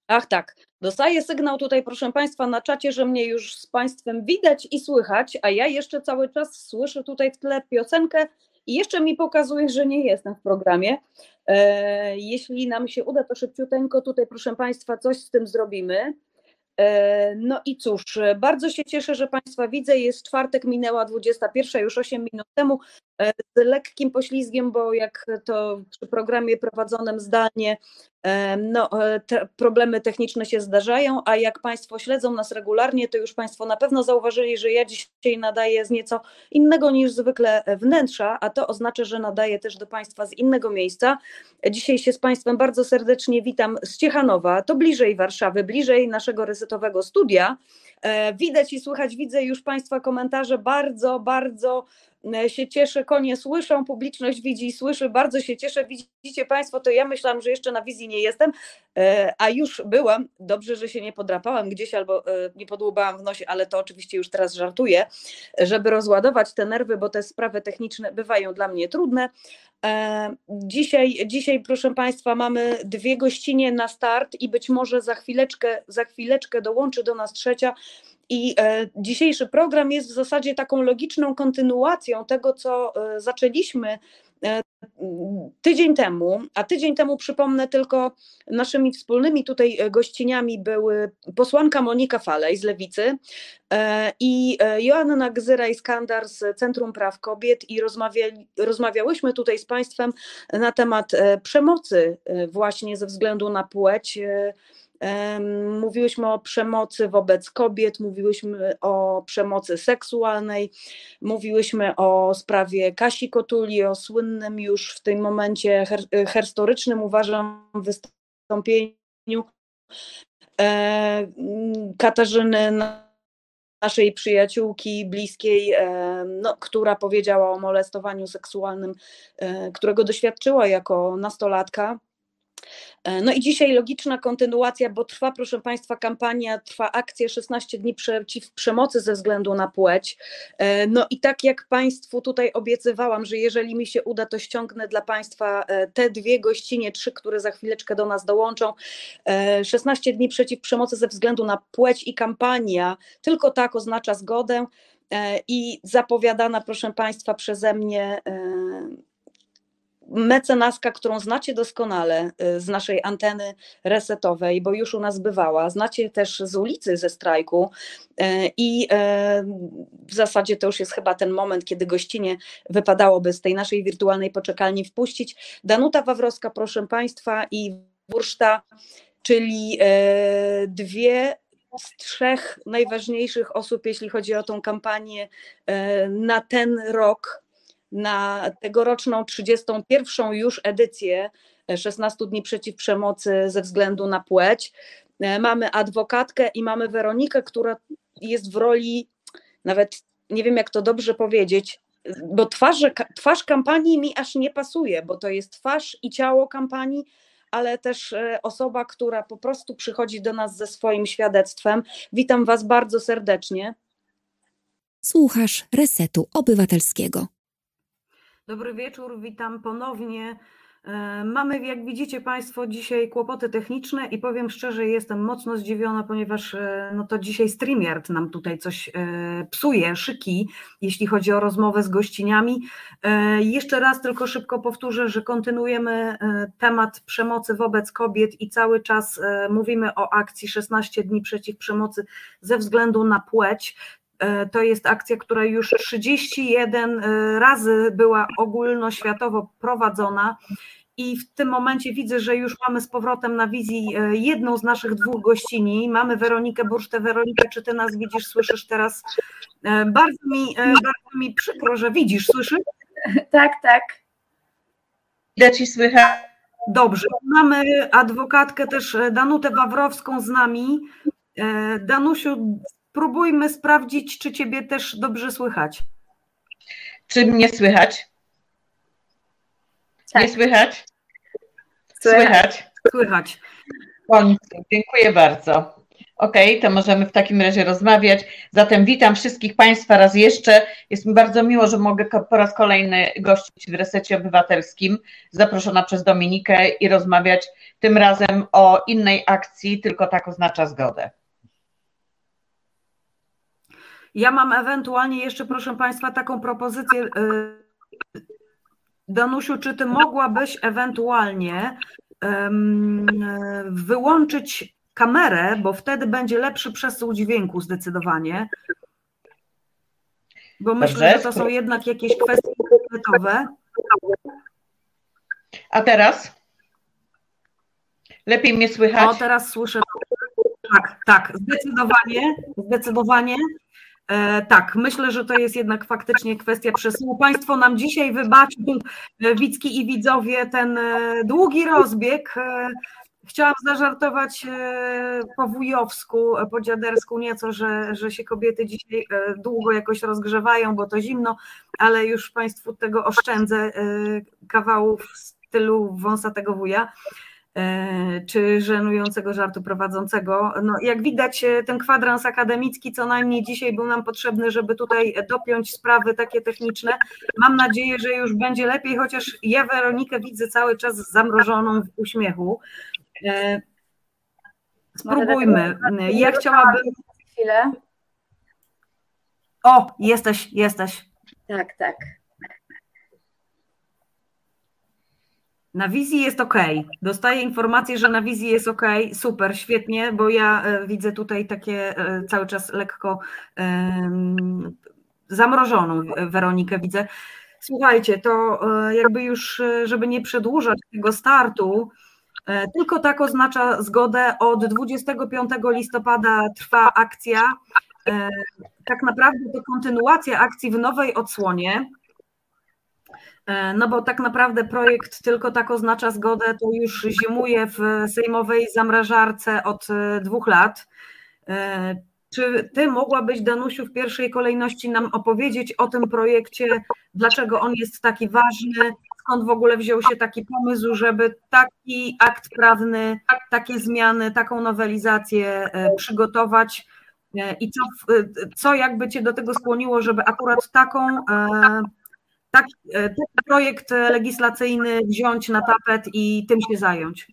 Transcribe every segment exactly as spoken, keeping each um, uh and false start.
Ach tak, dostaję sygnał tutaj, proszę Państwa, na czacie, że mnie już z Państwem widać i słychać, a ja jeszcze cały czas słyszę tutaj w tle piosenkę i jeszcze mi pokazuje, że nie jestem w programie. E, jeśli nam się uda, to szybciuteńko tutaj, proszę Państwa, coś z tym zrobimy. E, no i cóż, bardzo się cieszę, że Państwa widzę. Jest czwartek, minęła dwudziesta pierwsza, już osiem minut temu, e, z lekkim poślizgiem, bo jak to przy programie prowadzonym zdalnie, e, no, e, te problemy techniczne się zdarzają, a jak Państwo śledzą nas regularnie, to już Państwo na pewno zauważyli, że ja dzisiaj nadaję z nieco innego niż zwykle wnętrza, a to oznacza, że nadaję też do Państwa z innego miejsca. Dzisiaj się z Państwem bardzo serdecznie witam z Ciechanowa, to bliżej Warszawy, bliżej naszego resetowego studia. Widać i słychać, widzę już Państwa komentarze, bardzo, bardzo się cieszę, konie słyszą, publiczność widzi i słyszy, bardzo się cieszę, widzicie Państwo, to ja myślałam, że jeszcze na wizji nie jestem, a już byłam, dobrze, że się nie podrapałam gdzieś albo nie podłubałam w nosie, ale to oczywiście już teraz żartuję, żeby rozładować te nerwy, bo te sprawy techniczne bywają dla mnie trudne. Dzisiaj, dzisiaj, proszę Państwa, mamy dwie gościnie na start i być może za chwileczkę, za chwileczkę dołączy do nas trzecia. I e, dzisiejszy program jest w zasadzie taką logiczną kontynuacją tego, co e, zaczęliśmy e, tydzień temu, a tydzień temu, przypomnę tylko, naszymi wspólnymi tutaj gościniami były posłanka Monika Falej z Lewicy e, i Joanna Gzyra-Iskandar z Centrum Praw Kobiet i rozmawiali, rozmawiałyśmy tutaj z Państwem na temat e, przemocy e, właśnie ze względu na płeć. E, Mówiłyśmy o przemocy wobec kobiet, mówiłyśmy o przemocy seksualnej, mówiłyśmy o sprawie Kasi Kotuli, o słynnym już w tym momencie her- herstorycznym, uważam, wystąpieniu e, Katarzyny, naszej przyjaciółki bliskiej, e, no, która powiedziała o molestowaniu seksualnym, e, którego doświadczyła jako nastolatka. No i dzisiaj logiczna kontynuacja, bo trwa, proszę Państwa, kampania, trwa akcja szesnaście dni przeciw przemocy ze względu na płeć. No i tak jak Państwu tutaj obiecywałam, że jeżeli mi się uda, to ściągnę dla Państwa te dwie gościnie, trzy, które za chwileczkę do nas dołączą. szesnaście dni przeciw przemocy ze względu na płeć i kampania, tylko tak oznacza zgodę i zapowiadana, proszę Państwa, przeze mnie mecenaska, którą znacie doskonale z naszej anteny resetowej, bo już u nas bywała, znacie też z ulicy, ze strajku i w zasadzie to już jest chyba ten moment, kiedy gościnie wypadałoby z tej naszej wirtualnej poczekalni wpuścić. Danuta Wawrowska, proszę Państwa, i Wurszta, czyli dwie z trzech najważniejszych osób, jeśli chodzi o tą kampanię na ten rok, na tegoroczną trzydziestą pierwszą już edycję szesnaście dni przeciw przemocy ze względu na płeć. Mamy adwokatkę i mamy Weronikę, która jest w roli, nawet nie wiem jak to dobrze powiedzieć, bo twarz, twarz kampanii mi aż nie pasuje, bo to jest twarz i ciało kampanii, ale też osoba, która po prostu przychodzi do nas ze swoim świadectwem. Witam Was bardzo serdecznie. Słuchasz Resetu Obywatelskiego. Dobry wieczór, witam ponownie. Mamy, jak widzicie Państwo, dzisiaj kłopoty techniczne i powiem szczerze, jestem mocno zdziwiona, ponieważ no to dzisiaj StreamYard nam tutaj coś psuje, szyki, jeśli chodzi o rozmowę z gościniami. Jeszcze raz tylko szybko powtórzę, że kontynuujemy temat przemocy wobec kobiet i cały czas mówimy o akcji szesnaście dni przeciw przemocy ze względu na płeć. To jest akcja, która już trzydzieści jeden razy była ogólnoświatowo prowadzona i w tym momencie widzę, że już mamy z powrotem na wizji jedną z naszych dwóch gościni. Mamy Weronikę Bursztę. Weronika, czy Ty nas widzisz, słyszysz teraz? Bardzo mi, bardzo mi przykro, że widzisz, słyszysz? Tak, tak. Widać i słychać. Dobrze. Mamy adwokatkę też Danutę Wawrowską z nami. Danusiu, spróbujmy sprawdzić, czy Ciebie też dobrze słychać. Czy mnie słychać? Tak. Nie słychać? Słychać. Słychać. Słychać. Końcu. Dziękuję bardzo. Okej, to możemy w takim razie rozmawiać. Zatem witam wszystkich Państwa raz jeszcze. Jest mi bardzo miło, że mogę po raz kolejny gościć w Resecie Obywatelskim, zaproszona przez Dominikę i rozmawiać tym razem o innej akcji, tylko tak oznacza zgodę. Ja mam ewentualnie jeszcze, proszę Państwa, taką propozycję. Danusiu, czy Ty mogłabyś ewentualnie um, wyłączyć kamerę, bo wtedy będzie lepszy przesył dźwięku zdecydowanie. Bo myślę, Dobrze. że to są jednak jakieś kwestie kompletowe. A teraz? Lepiej mnie słychać? O, teraz słyszę. Tak, tak, zdecydowanie, zdecydowanie. E, tak, myślę, że to jest jednak faktycznie kwestia przesyłu. Państwo nam dzisiaj wybaczą, widzki i widzowie, ten długi rozbieg. E, Chciałam zażartować po wujowsku, po dziadersku nieco, że, że się kobiety dzisiaj długo jakoś rozgrzewają, bo to zimno, ale już Państwu tego oszczędzę, kawałów w stylu wąsatego wuja, czy żenującego żartu prowadzącego. No, jak widać, ten kwadrans akademicki co najmniej dzisiaj był nam potrzebny, żeby tutaj dopiąć sprawy takie techniczne. Mam nadzieję, że już będzie lepiej, chociaż ja Weronikę widzę cały czas zamrożoną w uśmiechu. Spróbujmy. Ja chciałabym... Chwilę. O, jesteś, jesteś. Tak, tak. Na wizji jest ok. Dostaję informację, że na wizji jest ok. Super, świetnie, bo ja widzę tutaj takie cały czas lekko um, zamrożoną Weronikę widzę. Słuchajcie, to jakby już, żeby nie przedłużać tego startu, tylko tak oznacza zgodę. Od dwudziestego piątego listopada trwa akcja. Tak naprawdę to kontynuacja akcji w nowej odsłonie. No bo tak naprawdę projekt tylko tak oznacza zgodę, to już zimuje w sejmowej zamrażarce od dwóch lat. Czy Ty mogłabyś, Danusiu, w pierwszej kolejności nam opowiedzieć o tym projekcie, dlaczego on jest taki ważny, skąd w ogóle wziął się taki pomysł, żeby taki akt prawny, takie zmiany, taką nowelizację przygotować i co, co jakby Cię do tego skłoniło, żeby akurat taką, taki, taki projekt legislacyjny wziąć na tapet i tym się zająć?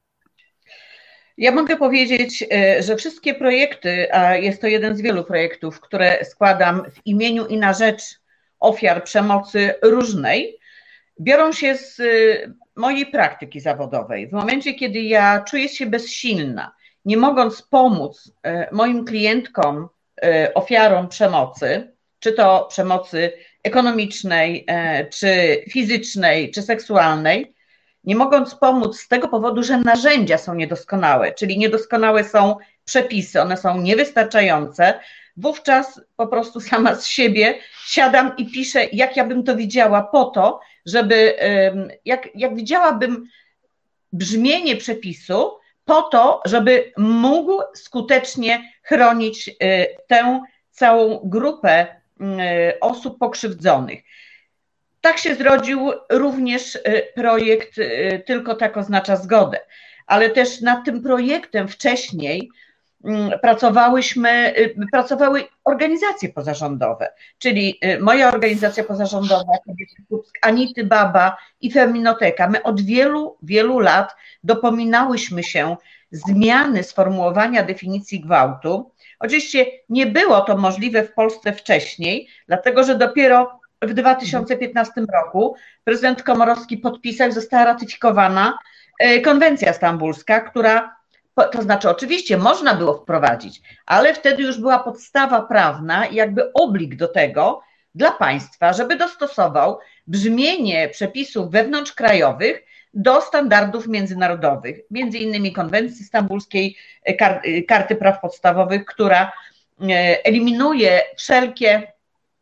Ja mogę powiedzieć, że wszystkie projekty, a jest to jeden z wielu projektów, które składam w imieniu i na rzecz ofiar przemocy różnej, biorą się z mojej praktyki zawodowej. W momencie, kiedy ja czuję się bezsilna, nie mogąc pomóc moim klientkom, ofiarom przemocy, czy to przemocy ekonomicznej, czy fizycznej, czy seksualnej, nie mogąc pomóc z tego powodu, że narzędzia są niedoskonałe, czyli niedoskonałe są przepisy, one są niewystarczające, wówczas po prostu sama z siebie siadam i piszę, jak ja bym to widziała po to, żeby, jak, jak widziałabym brzmienie przepisu po to, żeby mógł skutecznie chronić tę całą grupę osób pokrzywdzonych. Tak się zrodził również projekt Tylko tak oznacza zgodę, ale też nad tym projektem wcześniej pracowałyśmy, pracowały organizacje pozarządowe, czyli moja organizacja pozarządowa, Anity Baba i Feminoteka. My od wielu, wielu lat dopominałyśmy się zmiany sformułowania definicji gwałtu. Oczywiście nie było to możliwe w Polsce wcześniej, dlatego że dopiero w dwa tysiące piętnastym roku prezydent Komorowski podpisał i została ratyfikowana konwencja stambulska, która, to znaczy oczywiście można było wprowadzić, ale wtedy już była podstawa prawna i jakby oblig do tego dla państwa, żeby dostosował brzmienie przepisów wewnątrzkrajowych do standardów międzynarodowych, między innymi konwencji stambulskiej, Karty Praw Podstawowych, która eliminuje wszelkie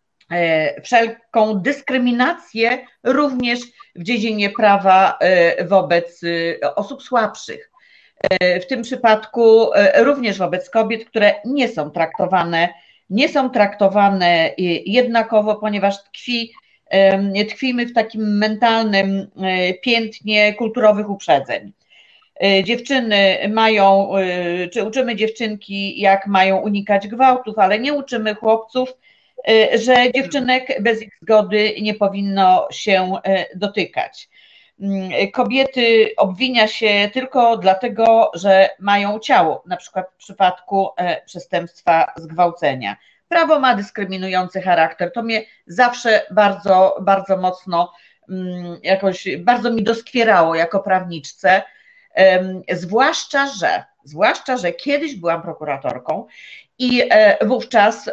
wszelką dyskryminację również w dziedzinie prawa wobec osób słabszych. W tym przypadku również wobec kobiet, które nie są traktowane, nie są traktowane jednakowo, ponieważ tkwi, tkwimy w takim mentalnym piętnie kulturowych uprzedzeń. dziewczyny mają, czy uczymy dziewczynki, jak mają unikać gwałtów, ale nie uczymy chłopców, że dziewczynek bez ich zgody nie powinno się dotykać. Kobiety obwinia się tylko dlatego, że mają ciało, na przykład w przypadku przestępstwa zgwałcenia. Prawo ma dyskryminujący charakter, to mnie zawsze bardzo, bardzo mocno jakoś, bardzo mi doskwierało jako prawniczce, zwłaszcza, że, zwłaszcza, że kiedyś byłam prokuratorką i wówczas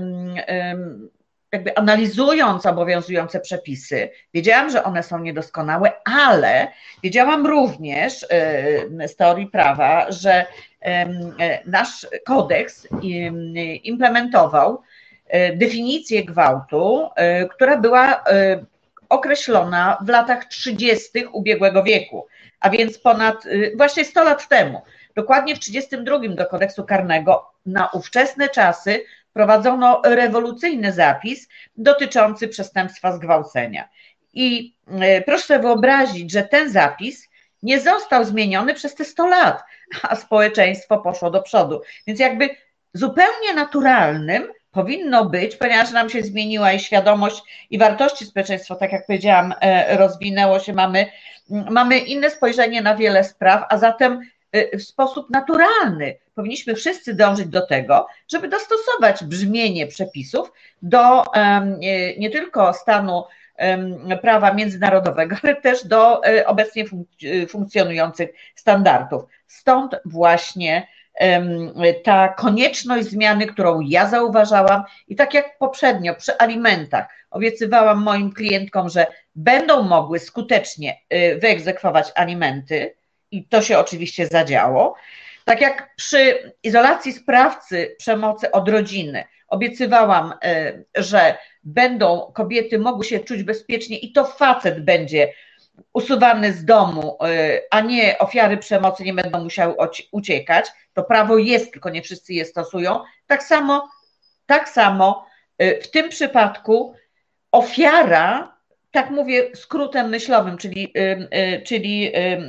jakby analizując obowiązujące przepisy, wiedziałam, że one są niedoskonałe, ale wiedziałam również z teorii prawa, że nasz kodeks implementował definicję gwałtu, która była określona w latach trzydziestych ubiegłego wieku, a więc ponad właśnie sto lat temu. Dokładnie w trzydziestym drugim do kodeksu karnego na ówczesne czasy wprowadzono rewolucyjny zapis dotyczący przestępstwa zgwałcenia. I proszę sobie wyobrazić, że ten zapis nie został zmieniony przez te sto lat, a społeczeństwo poszło do przodu. Więc jakby zupełnie naturalnym powinno być, ponieważ nam się zmieniła i świadomość i wartości społeczeństwa, tak jak powiedziałam, rozwinęło się, mamy, mamy inne spojrzenie na wiele spraw, a zatem w sposób naturalny powinniśmy wszyscy dążyć do tego, żeby dostosować brzmienie przepisów do nie tylko stanu prawa międzynarodowego, ale też do obecnie funkcjonujących standardów. Stąd właśnie ta konieczność zmiany, którą ja zauważałam i tak jak poprzednio przy alimentach obiecywałam moim klientkom, że będą mogły skutecznie wyegzekwować alimenty i to się oczywiście zadziało, tak jak przy izolacji sprawcy przemocy od rodziny obiecywałam, że będą kobiety mogły się czuć bezpiecznie i to facet będzie usuwany z domu, a nie ofiary przemocy nie będą musiały uciekać. To prawo jest, tylko nie wszyscy je stosują. Tak samo, tak samo w tym przypadku ofiara, tak mówię skrótem myślowym, czyli, czyli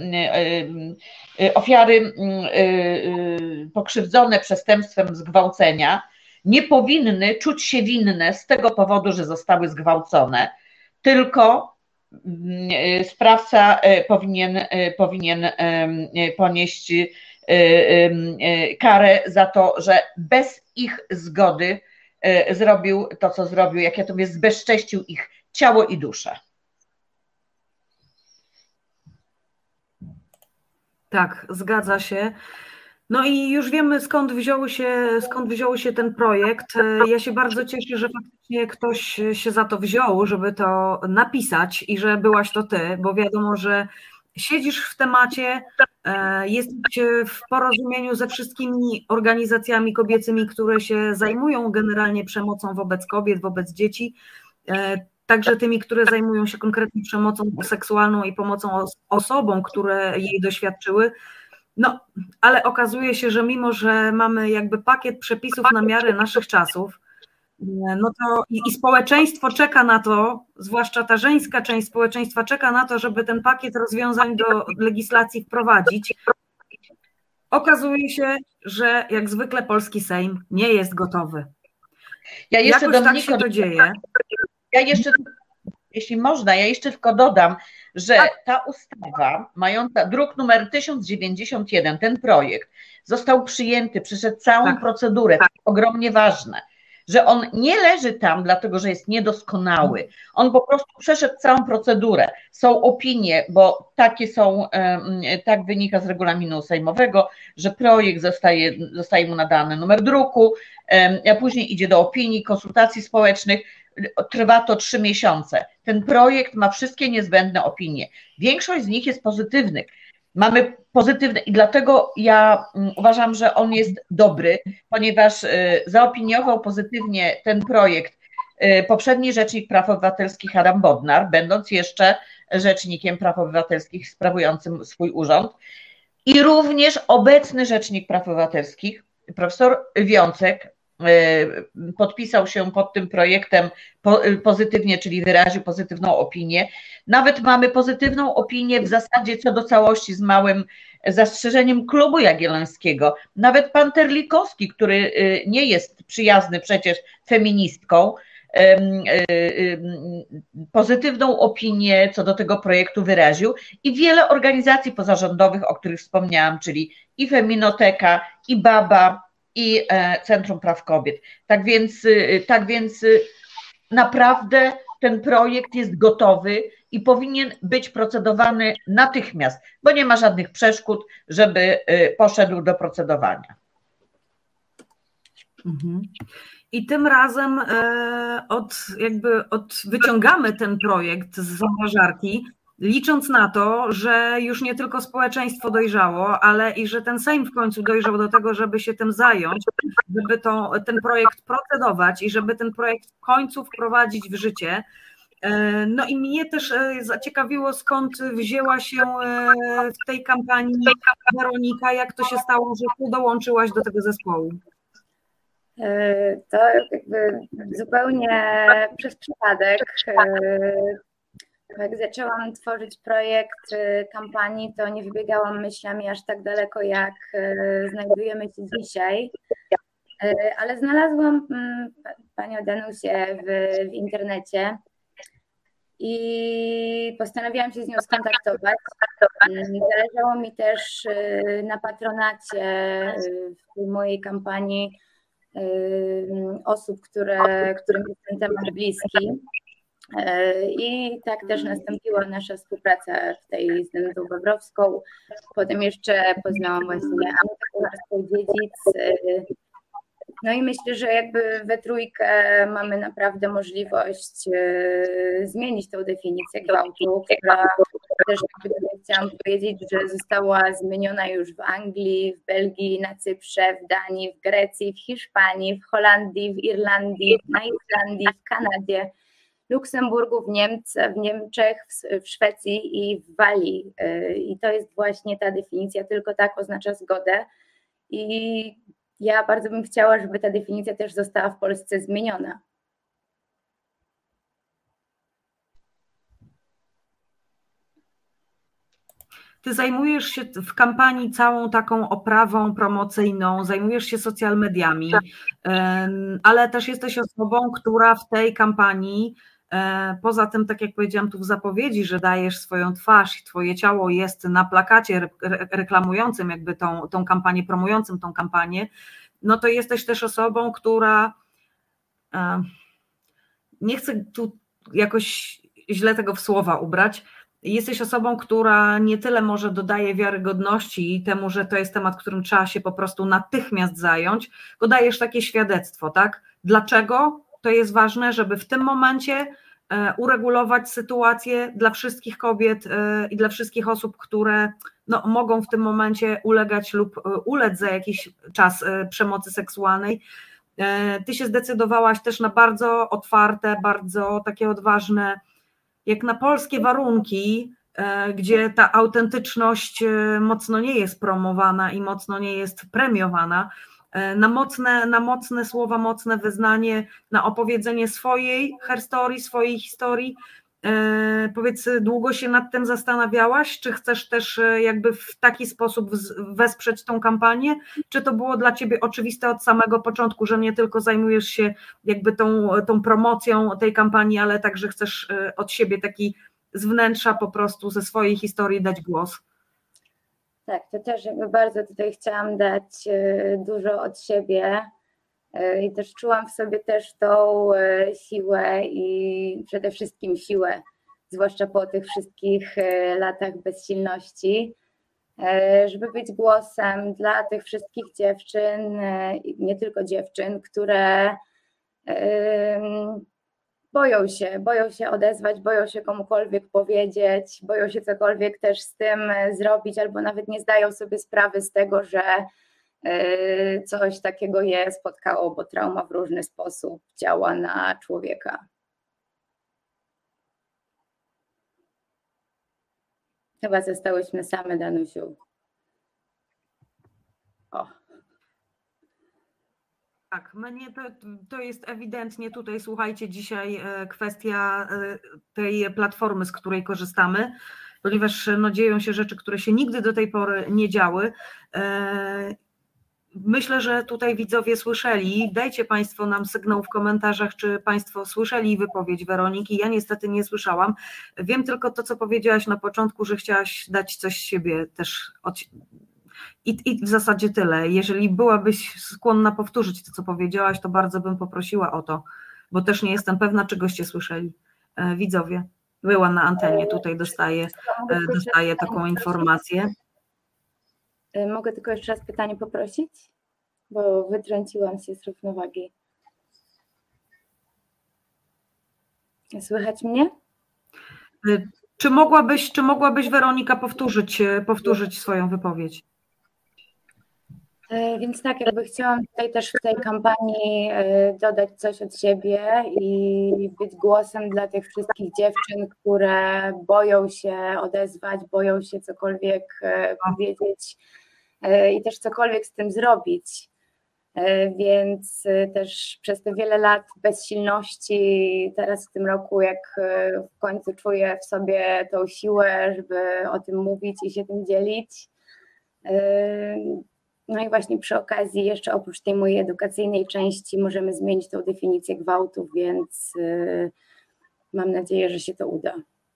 ofiary pokrzywdzone przestępstwem zgwałcenia nie powinny czuć się winne z tego powodu, że zostały zgwałcone, tylko sprawca powinien, powinien ponieść karę za to, że bez ich zgody zrobił to, co zrobił, jak ja to mówię, zbezcześcił ich ciało i duszę. Tak, zgadza się. No i już wiemy, skąd wziął się, skąd wziął się ten projekt. Ja się bardzo cieszę, że faktycznie ktoś się za to wziął, żeby to napisać i że byłaś to ty, bo wiadomo, że siedzisz w temacie, jesteś w porozumieniu ze wszystkimi organizacjami kobiecymi, które się zajmują generalnie przemocą wobec kobiet, wobec dzieci, także tymi, które zajmują się konkretnie przemocą seksualną i pomocą osobom, które jej doświadczyły. No, ale okazuje się, że mimo, że mamy jakby pakiet przepisów na miarę naszych czasów, no to i, i społeczeństwo czeka na to, zwłaszcza ta żeńska część społeczeństwa czeka na to, żeby ten pakiet rozwiązań do legislacji wprowadzić. Okazuje się, że jak zwykle polski Sejm nie jest gotowy. Ja jeszcze Jakoś Dominiko, tak się to dzieje. Ja jeszcze, jeśli można, ja jeszcze tylko dodam, że ta ustawa mająca druk numer tysiąc dziewięćdziesiąt jeden, ten projekt został przyjęty, przyszedł całą tak. procedurę, to jest ogromnie ważne, że on nie leży tam dlatego, że jest niedoskonały, on po prostu przeszedł całą procedurę, są opinie, bo takie są, tak wynika z regulaminu sejmowego, że projekt zostaje, zostaje mu nadany numer druku, a później idzie do opinii, konsultacji społecznych, trwa to trzy miesiące. Ten projekt ma wszystkie niezbędne opinie. Większość z nich jest pozytywnych. Mamy pozytywne i dlatego ja uważam, że on jest dobry, ponieważ zaopiniował pozytywnie ten projekt poprzedni rzecznik praw obywatelskich Adam Bodnar, będąc jeszcze rzecznikiem praw obywatelskich sprawującym swój urząd, i również obecny rzecznik praw obywatelskich, profesor Wiącek, podpisał się pod tym projektem pozytywnie, czyli wyraził pozytywną opinię. Nawet mamy pozytywną opinię w zasadzie co do całości z małym zastrzeżeniem Klubu Jagiellońskiego. Nawet pan Terlikowski, który nie jest przyjazny przecież feministką, pozytywną opinię co do tego projektu wyraził i wiele organizacji pozarządowych, o których wspomniałam, czyli i Feminoteka, i Baba, i Centrum Praw Kobiet. Tak więc, tak więc naprawdę ten projekt jest gotowy i powinien być procedowany natychmiast, bo nie ma żadnych przeszkód, żeby poszedł do procedowania. Mhm. I tym razem od, jakby od, wyciągamy ten projekt z zamrażarki, licząc na to, że już nie tylko społeczeństwo dojrzało, ale i że ten Sejm w końcu dojrzał do tego, żeby się tym zająć, żeby to, ten projekt procedować i żeby ten projekt w końcu wprowadzić w życie. No i mnie też zaciekawiło, skąd wzięła się w tej kampanii Weronika, jak to się stało, że ty dołączyłaś do tego zespołu? To jakby zupełnie przez przypadek. Jak zaczęłam tworzyć projekt kampanii, to nie wybiegałam myślami aż tak daleko, jak znajdujemy się dzisiaj, ale znalazłam panią Danusię w, w internecie i postanowiłam się z nią skontaktować. Zależało mi też na patronacie w mojej kampanii osób, które, którym jest ten temat bliski. I tak też nastąpiła nasza współpraca w tej z Danutą Wawrowską. Potem jeszcze poznałam właśnie Anetę Kucharską-Dziedzic. No i myślę, że jakby we trójkę mamy naprawdę możliwość zmienić tą definicję gwałtu, która też jakby chciałam powiedzieć, że została zmieniona już w Anglii, w Belgii, na Cyprze, w Danii, w Grecji, w Hiszpanii, w Holandii, w Irlandii, na Islandii, w Kanadzie, w Luksemburgu, w Niemczech, w Niemczech, w Szwecji i w Walii. I to jest właśnie ta definicja, tylko tak oznacza zgodę. I ja bardzo bym chciała, żeby ta definicja też została w Polsce zmieniona. Ty zajmujesz się w kampanii całą taką oprawą promocyjną, zajmujesz się social mediami, ale też jesteś osobą, która w tej kampanii, poza tym, tak jak powiedziałam tu w zapowiedzi, że dajesz swoją twarz i twoje ciało jest na plakacie reklamującym jakby tą, tą kampanię, promującym tą kampanię, no to jesteś też osobą, która, nie chcę tu jakoś źle tego w słowa ubrać, jesteś osobą, która nie tyle może dodaje wiarygodności temu, że to jest temat, którym trzeba się po prostu natychmiast zająć, tylko dajesz takie świadectwo, tak? Dlaczego to jest ważne, żeby w tym momencie uregulować sytuację dla wszystkich kobiet i dla wszystkich osób, które no, mogą w tym momencie ulegać lub ulec za jakiś czas przemocy seksualnej. Ty się zdecydowałaś też na bardzo otwarte, bardzo takie odważne, jak na polskie warunki, gdzie ta autentyczność mocno nie jest promowana i mocno nie jest premiowana, na mocne, na mocne słowa, mocne wyznanie, na opowiedzenie swojej herstorii, swojej historii. Powiedz, długo się nad tym zastanawiałaś, czy chcesz też jakby w taki sposób wesprzeć tą kampanię, czy to było dla ciebie oczywiste od samego początku, że nie tylko zajmujesz się jakby tą, tą promocją tej kampanii, ale także chcesz od siebie taki z wnętrza po prostu ze swojej historii dać głos? Tak, to też jakby bardzo tutaj chciałam dać dużo od siebie i też czułam w sobie też tą siłę i przede wszystkim siłę, zwłaszcza po tych wszystkich latach bezsilności, żeby być głosem dla tych wszystkich dziewczyn, nie tylko dziewczyn, które boją się, boją się odezwać, boją się komukolwiek powiedzieć, boją się cokolwiek też z tym zrobić, albo nawet nie zdają sobie sprawy z tego, że coś takiego je spotkało, bo trauma w różny sposób działa na człowieka. Chyba zostałyśmy same, Danusiu. O. Tak, mnie to, to jest ewidentnie tutaj, słuchajcie, dzisiaj kwestia tej platformy, z której korzystamy. ponieważ no, dzieją się rzeczy, które się nigdy do tej pory nie działy. Myślę, że tutaj widzowie słyszeli, dajcie Państwo nam sygnał w komentarzach, czy Państwo słyszeli wypowiedź Weroniki. Ja niestety nie słyszałam. Wiem tylko to, co powiedziałaś na początku, że chciałaś dać coś z siebie też od... I, I w zasadzie tyle. Jeżeli byłabyś skłonna powtórzyć to, co powiedziałaś, to bardzo bym poprosiła o to, bo też nie jestem pewna, czy goście słyszeli. Widzowie, była na antenie, tutaj dostaję, dostaję taką informację. Mogę tylko jeszcze raz pytanie poprosić, bo wytrąciłam się z równowagi. Słychać mnie? Czy mogłabyś, czy mogłabyś Weronika powtórzyć, powtórzyć swoją wypowiedź? Więc tak, jakby chciałam tutaj też w tej kampanii dodać coś od siebie i być głosem dla tych wszystkich dziewczyn, które boją się odezwać, boją się cokolwiek powiedzieć i też cokolwiek z tym zrobić. Więc też przez te wiele lat bezsilności, teraz w tym roku, jak w końcu czuję w sobie tą siłę, żeby o tym mówić i się tym dzielić. No i właśnie przy okazji jeszcze oprócz tej mojej edukacyjnej części możemy zmienić tą definicję gwałtu, więc mam nadzieję, że się to uda.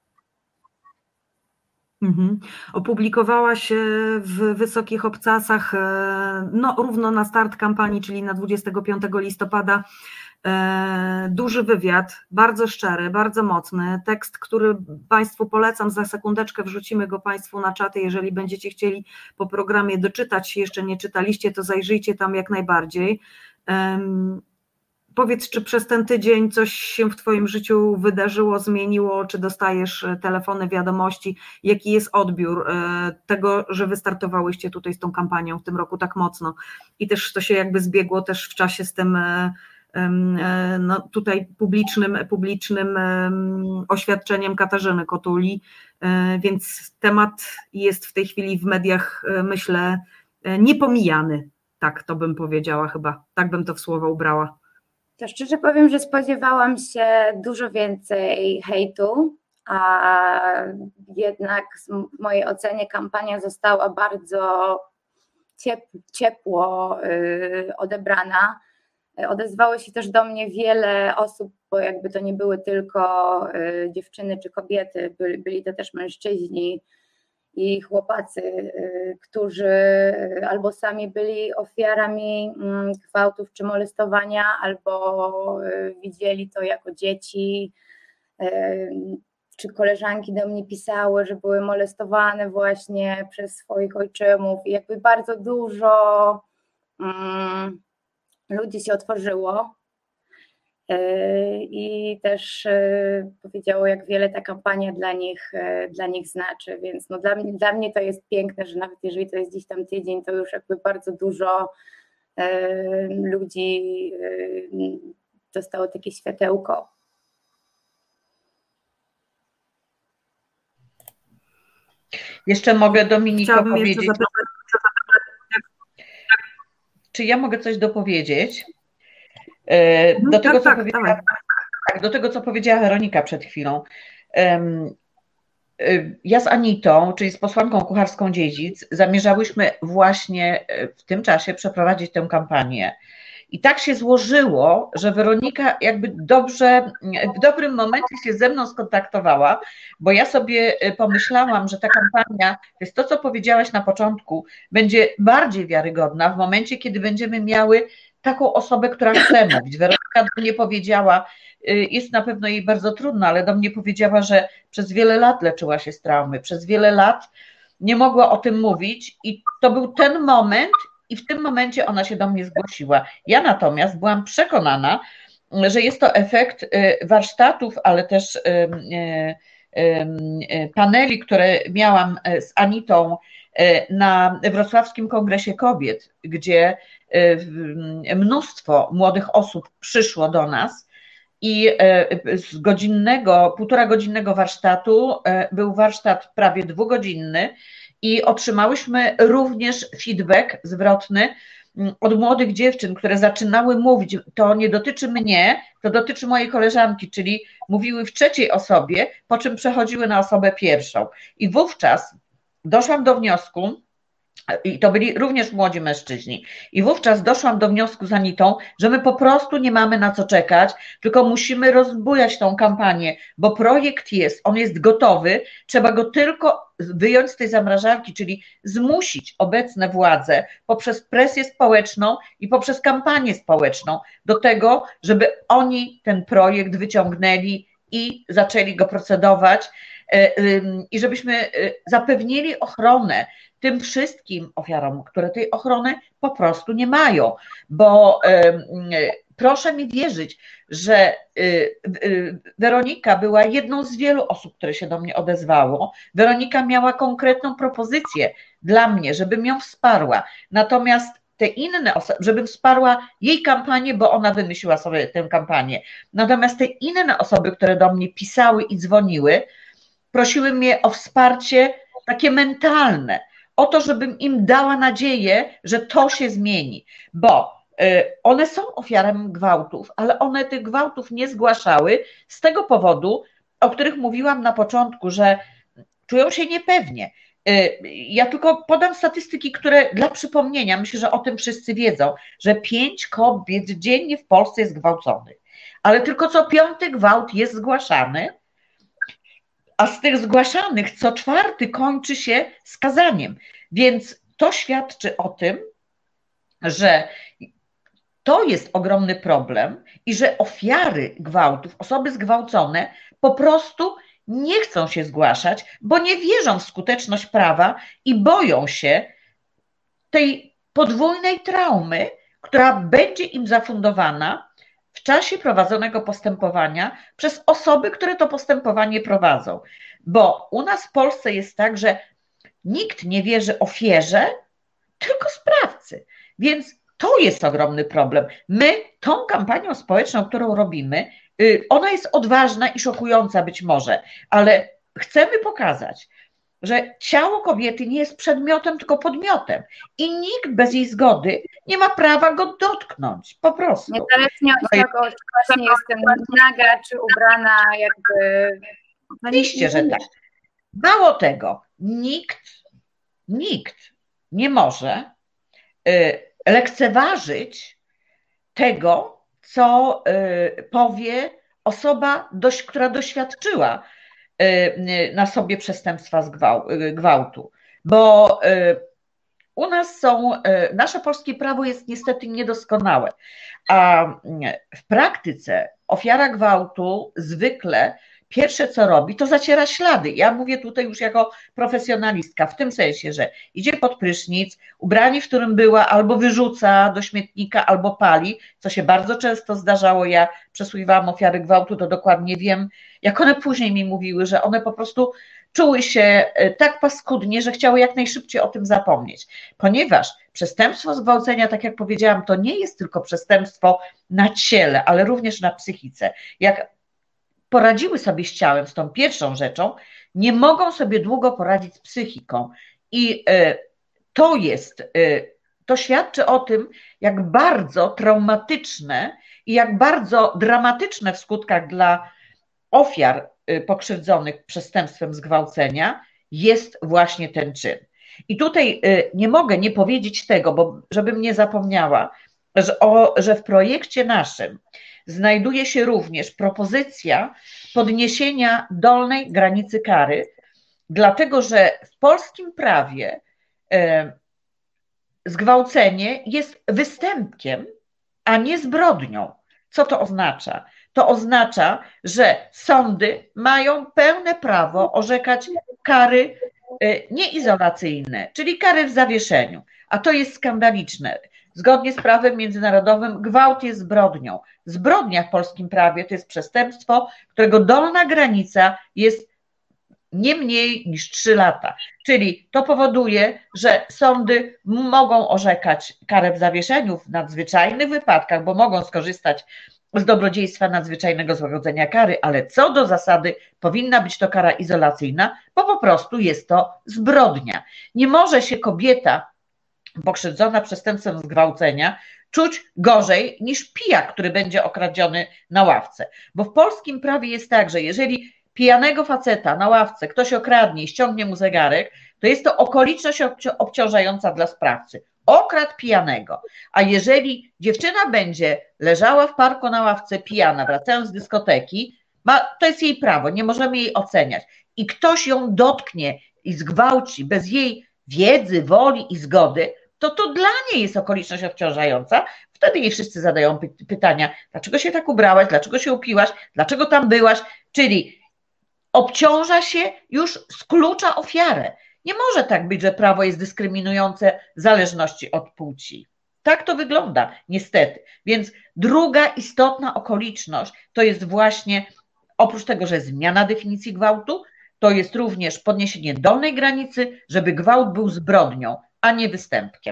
Mhm. Opublikowałaś w Wysokich Obcasach, no równo na start kampanii, czyli na dwudziestego piątego listopada, duży wywiad, bardzo szczery, bardzo mocny, tekst, który Państwu polecam, za sekundeczkę wrzucimy go Państwu na czaty, jeżeli będziecie chcieli po programie doczytać, jeszcze nie czytaliście, to zajrzyjcie tam jak najbardziej. Um, powiedz, czy przez ten tydzień coś się w Twoim życiu wydarzyło, zmieniło, czy dostajesz telefony, wiadomości, jaki jest odbiór tego, że wystartowałyście tutaj z tą kampanią w tym roku tak mocno i też to się jakby zbiegło też w czasie z tym no tutaj publicznym, publicznym oświadczeniem Katarzyny Kotuli, więc temat jest w tej chwili w mediach, myślę, niepomijany, tak to bym powiedziała chyba, tak bym to w słowo ubrała. To szczerze powiem, że spodziewałam się dużo więcej hejtu, a jednak w mojej ocenie kampania została bardzo ciepło odebrana. Odezwało się też do mnie wiele osób, bo jakby to nie były tylko dziewczyny czy kobiety, byli, byli to też mężczyźni i chłopacy, którzy albo sami byli ofiarami gwałtów czy molestowania, albo widzieli to jako dzieci, czy koleżanki do mnie pisały, że były molestowane właśnie przez swoich ojczymów i jakby bardzo dużo um, ludzi się otworzyło i też powiedziało, jak wiele ta kampania dla nich, dla nich znaczy, więc no dla mnie, dla mnie to jest piękne, że nawet jeżeli to jest gdzieś tam tydzień, to już jakby bardzo dużo ludzi dostało takie światełko. Jeszcze mogę, Dominiko, Chciałabym powiedzieć, jeszcze zapytać, czy ja mogę coś dopowiedzieć? Do tego, tak, co tak, powiedziała, tak, do tego, co powiedziała Weronika przed chwilą. Ja z Anitą, czyli z posłanką kucharską Dziedzic, zamierzałyśmy właśnie w tym czasie przeprowadzić tę kampanię. I tak się złożyło, że Weronika jakby dobrze, w dobrym momencie się ze mną skontaktowała, bo ja sobie pomyślałam, że ta kampania, to jest to, co powiedziałaś na początku, będzie bardziej wiarygodna w momencie, kiedy będziemy miały taką osobę, która chce mówić. Weronika do mnie powiedziała, jest na pewno jej bardzo trudno, ale do mnie powiedziała, że przez wiele lat leczyła się z traumy, przez wiele lat nie mogła o tym mówić i to był ten moment i w tym momencie ona się do mnie zgłosiła. Ja natomiast byłam przekonana, że jest to efekt warsztatów, ale też paneli, które miałam z Anitą na Wrocławskim Kongresie Kobiet, gdzie mnóstwo młodych osób przyszło do nas i z godzinnego, półtora godzinnego warsztatu był warsztat prawie dwugodzinny i otrzymałyśmy również feedback zwrotny od młodych dziewczyn, które zaczynały mówić, to nie dotyczy mnie, to dotyczy mojej koleżanki, czyli mówiły w trzeciej osobie, po czym przechodziły na osobę pierwszą. I wówczas doszłam do wniosku, i to byli również młodzi mężczyźni, i wówczas doszłam do wniosku z Anitą, że my po prostu nie mamy na co czekać, tylko musimy rozbujać tą kampanię, bo projekt jest, on jest gotowy, trzeba go tylko wyjąć z tej zamrażarki, czyli zmusić obecne władze poprzez presję społeczną i poprzez kampanię społeczną do tego, żeby oni ten projekt wyciągnęli i zaczęli go procedować i żebyśmy zapewnili ochronę tym wszystkim ofiarom, które tej ochrony po prostu nie mają, bo proszę mi wierzyć, że Weronika była jedną z wielu osób, które się do mnie odezwało. Weronika miała konkretną propozycję dla mnie, żebym ją wsparła, natomiast te inne osoby, żebym wsparła jej kampanię, bo ona wymyśliła sobie tę kampanię, natomiast te inne osoby, które do mnie pisały i dzwoniły, prosiły mnie o wsparcie takie mentalne, o to, żebym im dała nadzieję, że to się zmieni, bo one są ofiarami gwałtów, ale one tych gwałtów nie zgłaszały z tego powodu, o których mówiłam na początku, że czują się niepewnie. Ja tylko podam statystyki, które dla przypomnienia, myślę, że o tym wszyscy wiedzą, że pięć kobiet dziennie w Polsce jest gwałconych, ale tylko co piąty gwałt jest zgłaszany, a z tych zgłaszanych co czwarty kończy się skazaniem. Więc to świadczy o tym, że to jest ogromny problem i że ofiary gwałtów, osoby zgwałcone po prostu nie chcą się zgłaszać, bo nie wierzą w skuteczność prawa i boją się tej podwójnej traumy, która będzie im zafundowana w czasie prowadzonego postępowania przez osoby, które to postępowanie prowadzą. Bo u nas w Polsce jest tak, że nikt nie wierzy ofierze, tylko sprawcy. Więc to jest ogromny problem. My tą kampanią społeczną, którą robimy, ona jest odważna i szokująca być może, ale chcemy pokazać, że ciało kobiety nie jest przedmiotem, tylko podmiotem i nikt bez jej zgody nie ma prawa go dotknąć, po prostu. Niezależnie od No i- tego, czy właśnie jestem naga, czy ubrana jakby... Oczywiście, że tak. Mało tego, nikt, nikt nie może y, lekceważyć tego, co y, powie osoba, dość, która doświadczyła y, na sobie przestępstwa z gwał, y, gwałtu. Bo y, u nas są, y, nasze polskie prawo jest niestety niedoskonałe, a y, w praktyce ofiara gwałtu zwykle pierwsze co robi, to zaciera ślady. Ja mówię tutaj już jako profesjonalistka, w tym sensie, że idzie pod prysznic, ubranie, w którym była, albo wyrzuca do śmietnika, albo pali, co się bardzo często zdarzało. Ja przesłuchiwałam ofiary gwałtu, to dokładnie wiem, jak one później mi mówiły, że one po prostu czuły się tak paskudnie, że chciały jak najszybciej o tym zapomnieć. Ponieważ przestępstwo zgwałcenia, tak jak powiedziałam, to nie jest tylko przestępstwo na ciele, ale również na psychice. Jak poradziły sobie z ciałem, z tą pierwszą rzeczą, nie mogą sobie długo poradzić z psychiką. I to jest, to świadczy o tym, jak bardzo traumatyczne i jak bardzo dramatyczne w skutkach dla ofiar pokrzywdzonych przestępstwem zgwałcenia jest właśnie ten czyn. I tutaj nie mogę nie powiedzieć tego, bo żebym nie zapomniała, że, o, że w projekcie naszym znajduje się również propozycja podniesienia dolnej granicy kary, dlatego że w polskim prawie e, zgwałcenie jest występkiem, a nie zbrodnią. Co to oznacza? To oznacza, że sądy mają pełne prawo orzekać kary e, nieizolacyjne, czyli kary w zawieszeniu, a to jest skandaliczne. Zgodnie z prawem międzynarodowym gwałt jest zbrodnią. Zbrodnia w polskim prawie to jest przestępstwo, którego dolna granica jest nie mniej niż trzy lata. Czyli to powoduje, że sądy mogą orzekać karę w zawieszeniu w nadzwyczajnych wypadkach, bo mogą skorzystać z dobrodziejstwa nadzwyczajnego złagodzenia kary, ale co do zasady powinna być to kara izolacyjna, bo po prostu jest to zbrodnia. Nie może się kobieta pokrzywdzona przestępstwem zgwałcenia czuć gorzej niż pijak, który będzie okradziony na ławce. Bo w polskim prawie jest tak, że jeżeli pijanego faceta na ławce ktoś okradnie i ściągnie mu zegarek, to jest to okoliczność obciążająca dla sprawcy. Okradł pijanego. A jeżeli dziewczyna będzie leżała w parku na ławce pijana, wracając z dyskoteki, ma, to jest jej prawo, nie możemy jej oceniać. I ktoś ją dotknie i zgwałci bez jej wiedzy, woli i zgody, to to dla niej jest okoliczność obciążająca. Wtedy jej wszyscy zadają py- pytania, dlaczego się tak ubrałaś, dlaczego się upiłaś, dlaczego tam byłaś, czyli obciąża się już, sklucza ofiarę. Nie może tak być, że prawo jest dyskryminujące w zależności od płci. Tak to wygląda, niestety. Więc druga istotna okoliczność to jest właśnie, oprócz tego, że zmiana definicji gwałtu, to jest również podniesienie dolnej granicy, żeby gwałt był zbrodnią, a nie występkiem.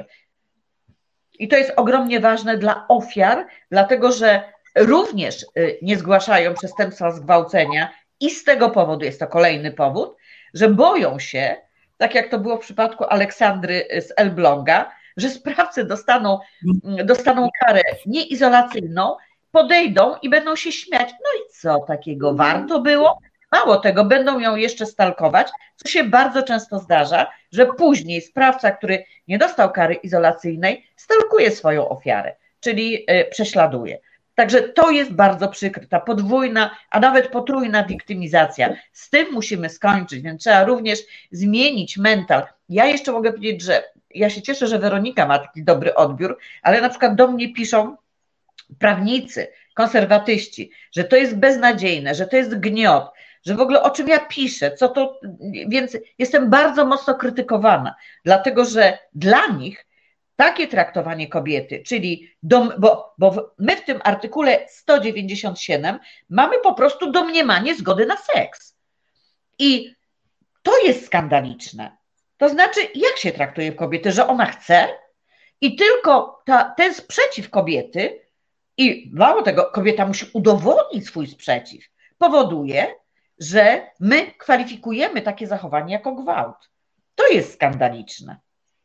I to jest ogromnie ważne dla ofiar, dlatego że również nie zgłaszają przestępstwa zgwałcenia i z tego powodu jest to kolejny powód, że boją się, tak jak to było w przypadku Aleksandry z Elbląga, że sprawcy dostaną, dostaną karę nieizolacyjną, podejdą i będą się śmiać. No i co takiego warto było? Mało tego, będą ją jeszcze stalkować, co się bardzo często zdarza, że później sprawca, który nie dostał kary izolacyjnej, stalkuje swoją ofiarę, czyli prześladuje. Także to jest bardzo przykre, ta podwójna, a nawet potrójna wiktymizacja. Z tym musimy skończyć, więc trzeba również zmienić mental. Ja jeszcze mogę powiedzieć, że ja się cieszę, że Weronika ma taki dobry odbiór, ale na przykład do mnie piszą prawnicy, konserwatyści, że to jest beznadziejne, że to jest gniot, że w ogóle o czym ja piszę, co to, więc jestem bardzo mocno krytykowana, dlatego że dla nich takie traktowanie kobiety, czyli dom, bo, bo my w tym artykule sto dziewięćdziesiąt siedem mamy po prostu domniemanie zgody na seks. I to jest skandaliczne. To znaczy, jak się traktuje kobietę, że ona chce i tylko ta, ten sprzeciw kobiety, i mało tego, kobieta musi udowodnić swój sprzeciw, powoduje, że my kwalifikujemy takie zachowanie jako gwałt. To jest skandaliczne.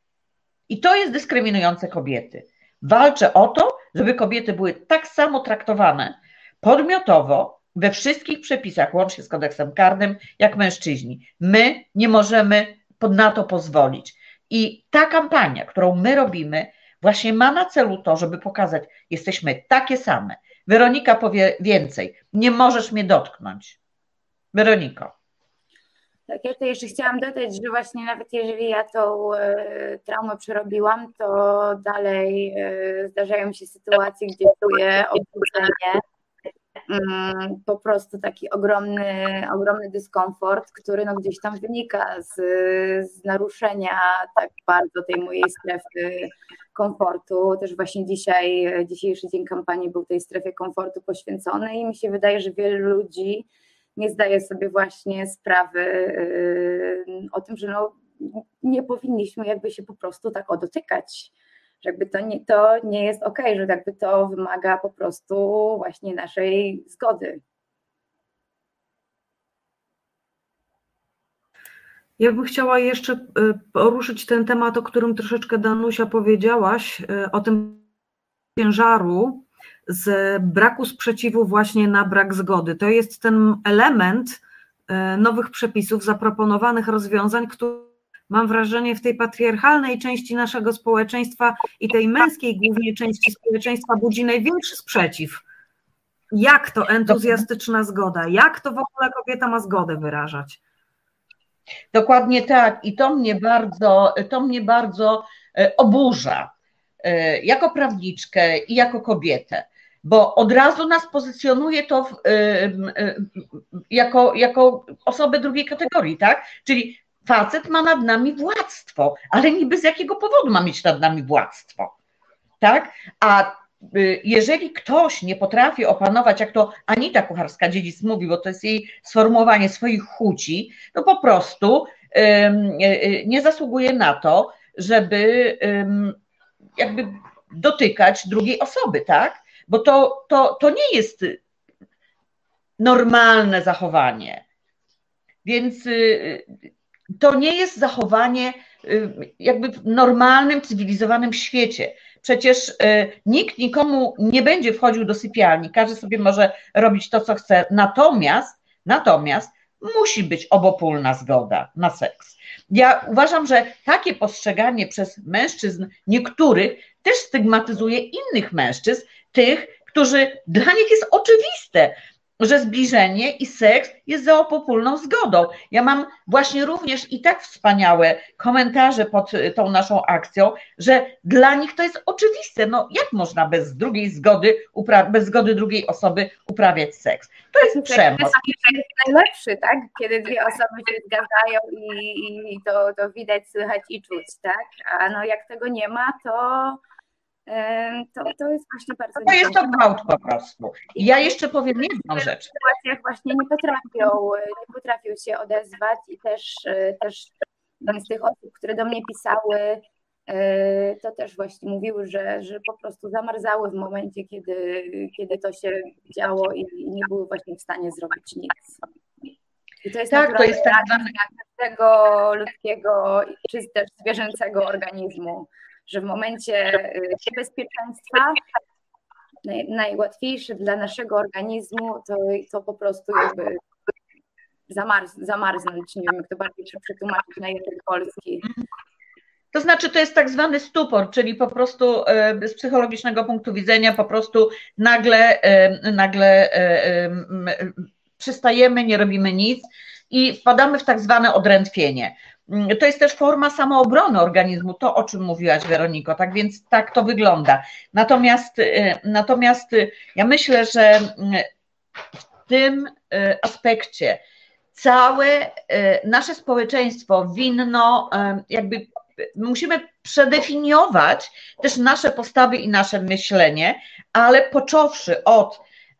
I to jest dyskryminujące kobiety. Walczę o to, żeby kobiety były tak samo traktowane podmiotowo we wszystkich przepisach, łącznie z kodeksem karnym, jak mężczyźni. My nie możemy na to pozwolić. I ta kampania, którą my robimy, właśnie ma na celu to, żeby pokazać, jesteśmy takie same. Weronika powie więcej, nie możesz mnie dotknąć. Weroniko. Tak, ja to jeszcze chciałam dodać, że właśnie nawet jeżeli ja tą e, traumę przerobiłam, to dalej e, zdarzają mi się sytuacje, gdzie czuję oburzenie, mm, po prostu taki ogromny, ogromny dyskomfort, który no gdzieś tam wynika z, z naruszenia tak bardzo tej mojej strefy komfortu. Też właśnie dzisiaj, dzisiejszy dzień kampanii był tej strefie komfortu poświęcony i mi się wydaje, że wielu ludzi nie zdaje sobie właśnie sprawy yy, o tym, że no, nie powinniśmy jakby się po prostu tak o dotykać, że jakby to nie, to nie jest okej, że jakby to wymaga po prostu właśnie naszej zgody. Ja bym chciała jeszcze poruszyć ten temat, o którym troszeczkę Danusia powiedziałaś, o tym ciężaru z braku sprzeciwu właśnie na brak zgody. To jest ten element nowych przepisów, zaproponowanych rozwiązań, które mam wrażenie w tej patriarchalnej części naszego społeczeństwa i tej męskiej głównie części społeczeństwa budzi największy sprzeciw. Jak to entuzjastyczna zgoda? Jak to w ogóle kobieta ma zgodę wyrażać? Dokładnie tak i to mnie bardzo, to mnie bardzo oburza jako prawniczkę i jako kobietę, bo od razu nas pozycjonuje to w, jako, jako osobę drugiej kategorii, tak? Czyli facet ma nad nami władztwo, ale niby z jakiego powodu ma mieć nad nami władztwo, tak? A jeżeli ktoś nie potrafi opanować, jak to Anita Kucharska-Dziedzic mówi, bo to jest jej sformułowanie swoich chuci, to po prostu nie zasługuje na to, żeby jakby dotykać drugiej osoby, tak? Bo to, to, to nie jest normalne zachowanie. Więc to nie jest zachowanie jakby w normalnym, cywilizowanym świecie. Przecież nikt nikomu nie będzie wchodził do sypialni, każdy sobie może robić to, co chce, natomiast, natomiast musi być obopólna zgoda na seks. Ja uważam, że takie postrzeganie przez mężczyzn niektórych też stygmatyzuje innych mężczyzn, tych, którzy dla nich jest oczywiste, że zbliżenie i seks jest za obopólną zgodą. Ja mam właśnie również i tak wspaniałe komentarze pod tą naszą akcją, że dla nich to jest oczywiste. No jak można bez drugiej zgody, bez zgody drugiej osoby uprawiać seks? To jest przemoc. To jest najlepszy, tak? Kiedy dwie osoby się zgadzają i, i to, to widać, słychać i czuć, tak? A no jak tego nie ma, to To, to jest właśnie bardzo To jest to gwałt po prostu. I ja jeszcze powiem jedną rzecz. W sytuacjach właśnie nie potrafią, nie potrafią się odezwać i też, też z tych osób, które do mnie pisały, to też właśnie mówiły, że, że po prostu zamarzały w momencie, kiedy, kiedy to się działo i nie były właśnie w stanie zrobić nic. I to jest tak, to jest tak zwane... każdego ludzkiego czy też zwierzęcego organizmu, że w momencie bezpieczeństwa naj, najłatwiejsze dla naszego organizmu to, to po prostu jakby zamarz, zamarznąć, nie wiem jak to bardziej przetłumaczyć na język polski. To znaczy to jest tak zwany stupor, czyli po prostu z psychologicznego punktu widzenia po prostu nagle, nagle przystajemy, nie robimy nic i wpadamy w tak zwane odrętwienie. To jest też forma samoobrony organizmu, to o czym mówiłaś, Weroniko, tak więc tak to wygląda. Natomiast, natomiast ja myślę, że w tym aspekcie całe nasze społeczeństwo winno, jakby musimy przedefiniować też nasze postawy i nasze myślenie, ale począwszy od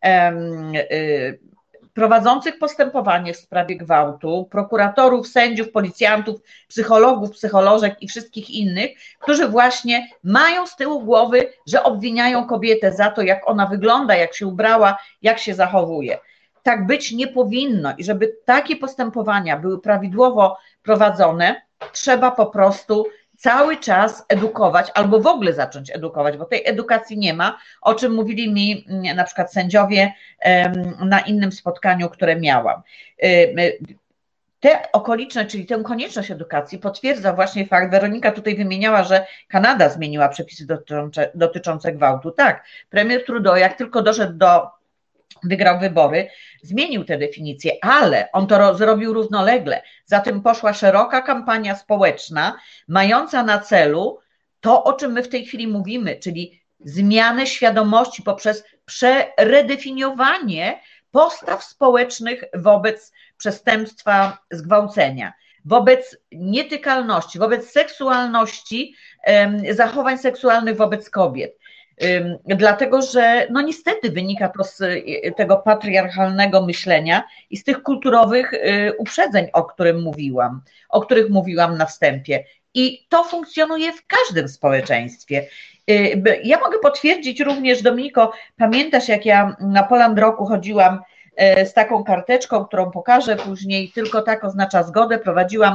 prowadzących postępowanie w sprawie gwałtu, prokuratorów, sędziów, policjantów, psychologów, psycholożek i wszystkich innych, którzy właśnie mają z tyłu głowy, że obwiniają kobietę za to, jak ona wygląda, jak się ubrała, jak się zachowuje. Tak być nie powinno i żeby takie postępowania były prawidłowo prowadzone, trzeba po prostu cały czas edukować albo w ogóle zacząć edukować, bo tej edukacji nie ma, o czym mówili mi na przykład sędziowie na innym spotkaniu, które miałam. Te okoliczne, czyli tę konieczność edukacji potwierdza właśnie fakt, Weronika tutaj wymieniała, że Kanada zmieniła przepisy dotyczące, dotyczące gwałtu. Tak, premier Trudeau jak tylko doszedł do wygrał wybory, zmienił tę definicję, ale on to zrobił równolegle. Za tym poszła szeroka kampania społeczna, mająca na celu to, o czym my w tej chwili mówimy, czyli zmianę świadomości poprzez przeredefiniowanie postaw społecznych wobec przestępstwa zgwałcenia, wobec nietykalności, wobec seksualności, zachowań seksualnych wobec kobiet. Dlatego, że no niestety wynika to z tego patriarchalnego myślenia i z tych kulturowych uprzedzeń, o którym mówiłam, o których mówiłam na wstępie. I to funkcjonuje w każdym społeczeństwie. Ja mogę potwierdzić również, Dominiko, pamiętasz, jak ja na Poland Roku chodziłam z taką karteczką, którą pokażę później, tylko tak oznacza zgodę, prowadziłam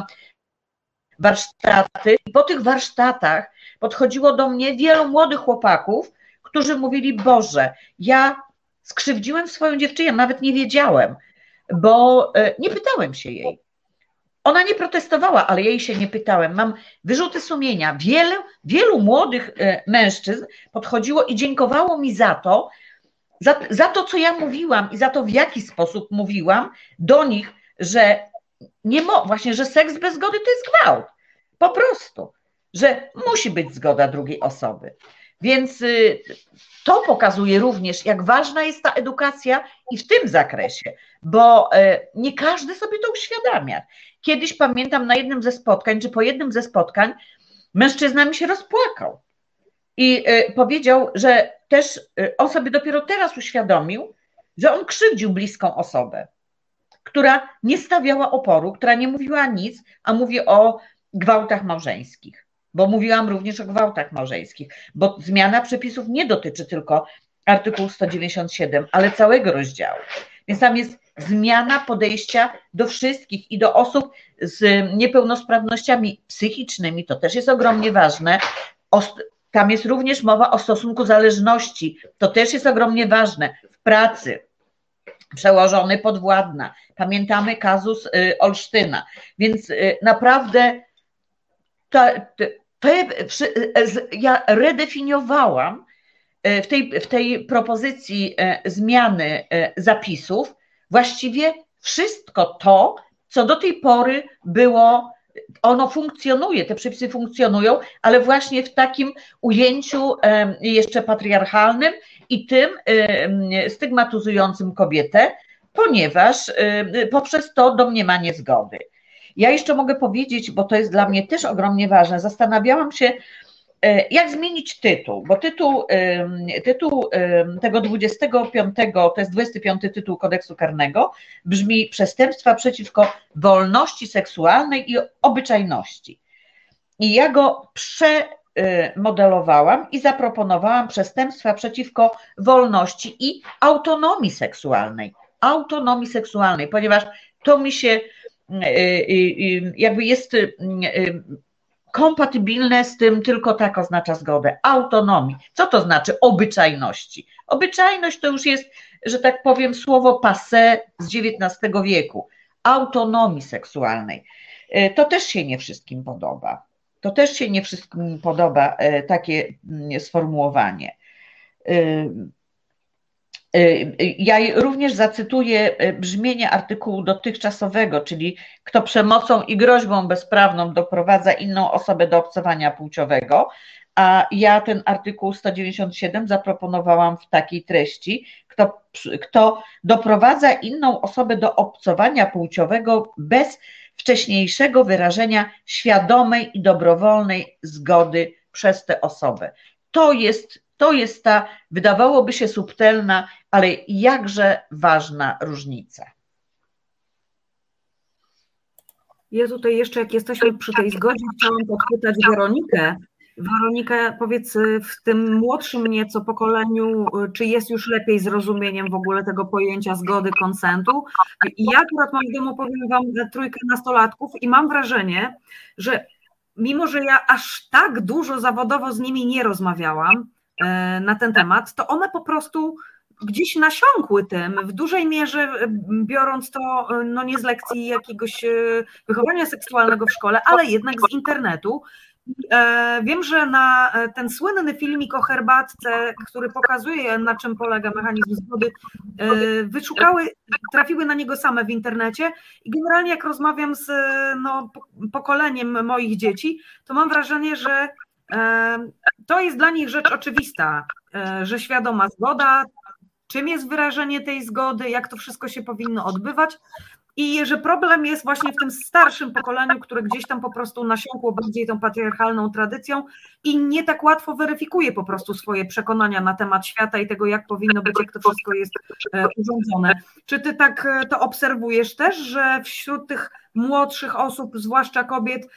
warsztaty i po tych warsztatach podchodziło do mnie wielu młodych chłopaków, którzy mówili: Boże, ja skrzywdziłem swoją dziewczynę, nawet nie wiedziałem, bo nie pytałem się jej. Ona nie protestowała, ale jej się nie pytałem. Mam wyrzuty sumienia. Wielu, wielu młodych mężczyzn podchodziło i dziękowało mi za to, za, za to, co ja mówiłam i za to, w jaki sposób mówiłam do nich, że nie mo, właśnie, że seks bez zgody to jest gwałt. Po prostu, że musi być zgoda drugiej osoby. Więc to pokazuje również, jak ważna jest ta edukacja i w tym zakresie, bo nie każdy sobie to uświadamia. Kiedyś pamiętam na jednym ze spotkań, czy po jednym ze spotkań, mężczyzna mi się rozpłakał i powiedział, że też on sobie dopiero teraz uświadomił, że on krzywdził bliską osobę, która nie stawiała oporu, która nie mówiła nic, a mówię o gwałtach małżeńskich. Bo mówiłam również o gwałtach małżeńskich, bo zmiana przepisów nie dotyczy tylko artykułu sto dziewięćdziesiąt siedem, ale całego rozdziału. Więc tam jest zmiana podejścia do wszystkich i do osób z niepełnosprawnościami psychicznymi, to też jest ogromnie ważne. Tam jest również mowa o stosunku zależności, to też jest ogromnie ważne. W pracy, przełożony, podwładna, pamiętamy kazus Olsztyna, więc naprawdę te, te, ja redefiniowałam w tej, w tej propozycji zmiany zapisów właściwie wszystko to, co do tej pory było, ono funkcjonuje, te przepisy funkcjonują, ale właśnie w takim ujęciu jeszcze patriarchalnym i tym stygmatyzującym kobietę, ponieważ poprzez to domniemanie zgody. Ja jeszcze mogę powiedzieć, bo to jest dla mnie też ogromnie ważne, zastanawiałam się, jak zmienić tytuł, bo tytuł, tytuł tego dwudziestego piątego, to jest dwudziesty piąty tytuł kodeksu karnego, brzmi przestępstwa przeciwko wolności seksualnej i obyczajności. I ja go przemodelowałam i zaproponowałam przestępstwa przeciwko wolności i autonomii seksualnej. Autonomii seksualnej, ponieważ to mi się jakby jest kompatybilne z tym, tylko tak oznacza zgodę. Autonomii. Co to znaczy obyczajności? Obyczajność to już jest, że tak powiem, słowo passé z dziewiętnastego wieku. Autonomii seksualnej. To też się nie wszystkim podoba. To też się nie wszystkim podoba takie sformułowanie. Ja również zacytuję brzmienie artykułu dotychczasowego, czyli kto przemocą i groźbą bezprawną doprowadza inną osobę do obcowania płciowego, a ja ten artykuł sto dziewięćdziesiąt siedem zaproponowałam w takiej treści, kto, kto doprowadza inną osobę do obcowania płciowego bez wcześniejszego wyrażenia świadomej i dobrowolnej zgody przez tę osobę. To jest To jest ta, wydawałoby się subtelna, ale jakże ważna różnica. Ja tutaj jeszcze, jak jesteśmy przy tej zgodzie, chciałam podpytać Weronikę. Weronika, powiedz, w tym młodszym nieco pokoleniu, czy jest już lepiej z rozumieniem w ogóle tego pojęcia zgody, konsentu? Ja akurat mam w domu, powiem wam, trójkę nastolatków i mam wrażenie, że mimo, że ja aż tak dużo zawodowo z nimi nie rozmawiałam na ten temat, to one po prostu gdzieś nasiąkły tym, w dużej mierze biorąc to no nie z lekcji jakiegoś wychowania seksualnego w szkole, ale jednak z internetu. Wiem, że na ten słynny filmik o herbatce, który pokazuje, na czym polega mechanizm zgody, wyszukały, trafiły na niego same w internecie i generalnie jak rozmawiam z no, pokoleniem moich dzieci, to mam wrażenie, że to jest dla nich rzecz oczywista, że świadoma zgoda, czym jest wyrażenie tej zgody, jak to wszystko się powinno odbywać i że problem jest właśnie w tym starszym pokoleniu, które gdzieś tam po prostu nasiąkło bardziej tą patriarchalną tradycją i nie tak łatwo weryfikuje po prostu swoje przekonania na temat świata i tego, jak powinno być, jak to wszystko jest urządzone. Czy ty tak to obserwujesz też, że wśród tych młodszych osób, zwłaszcza kobiet,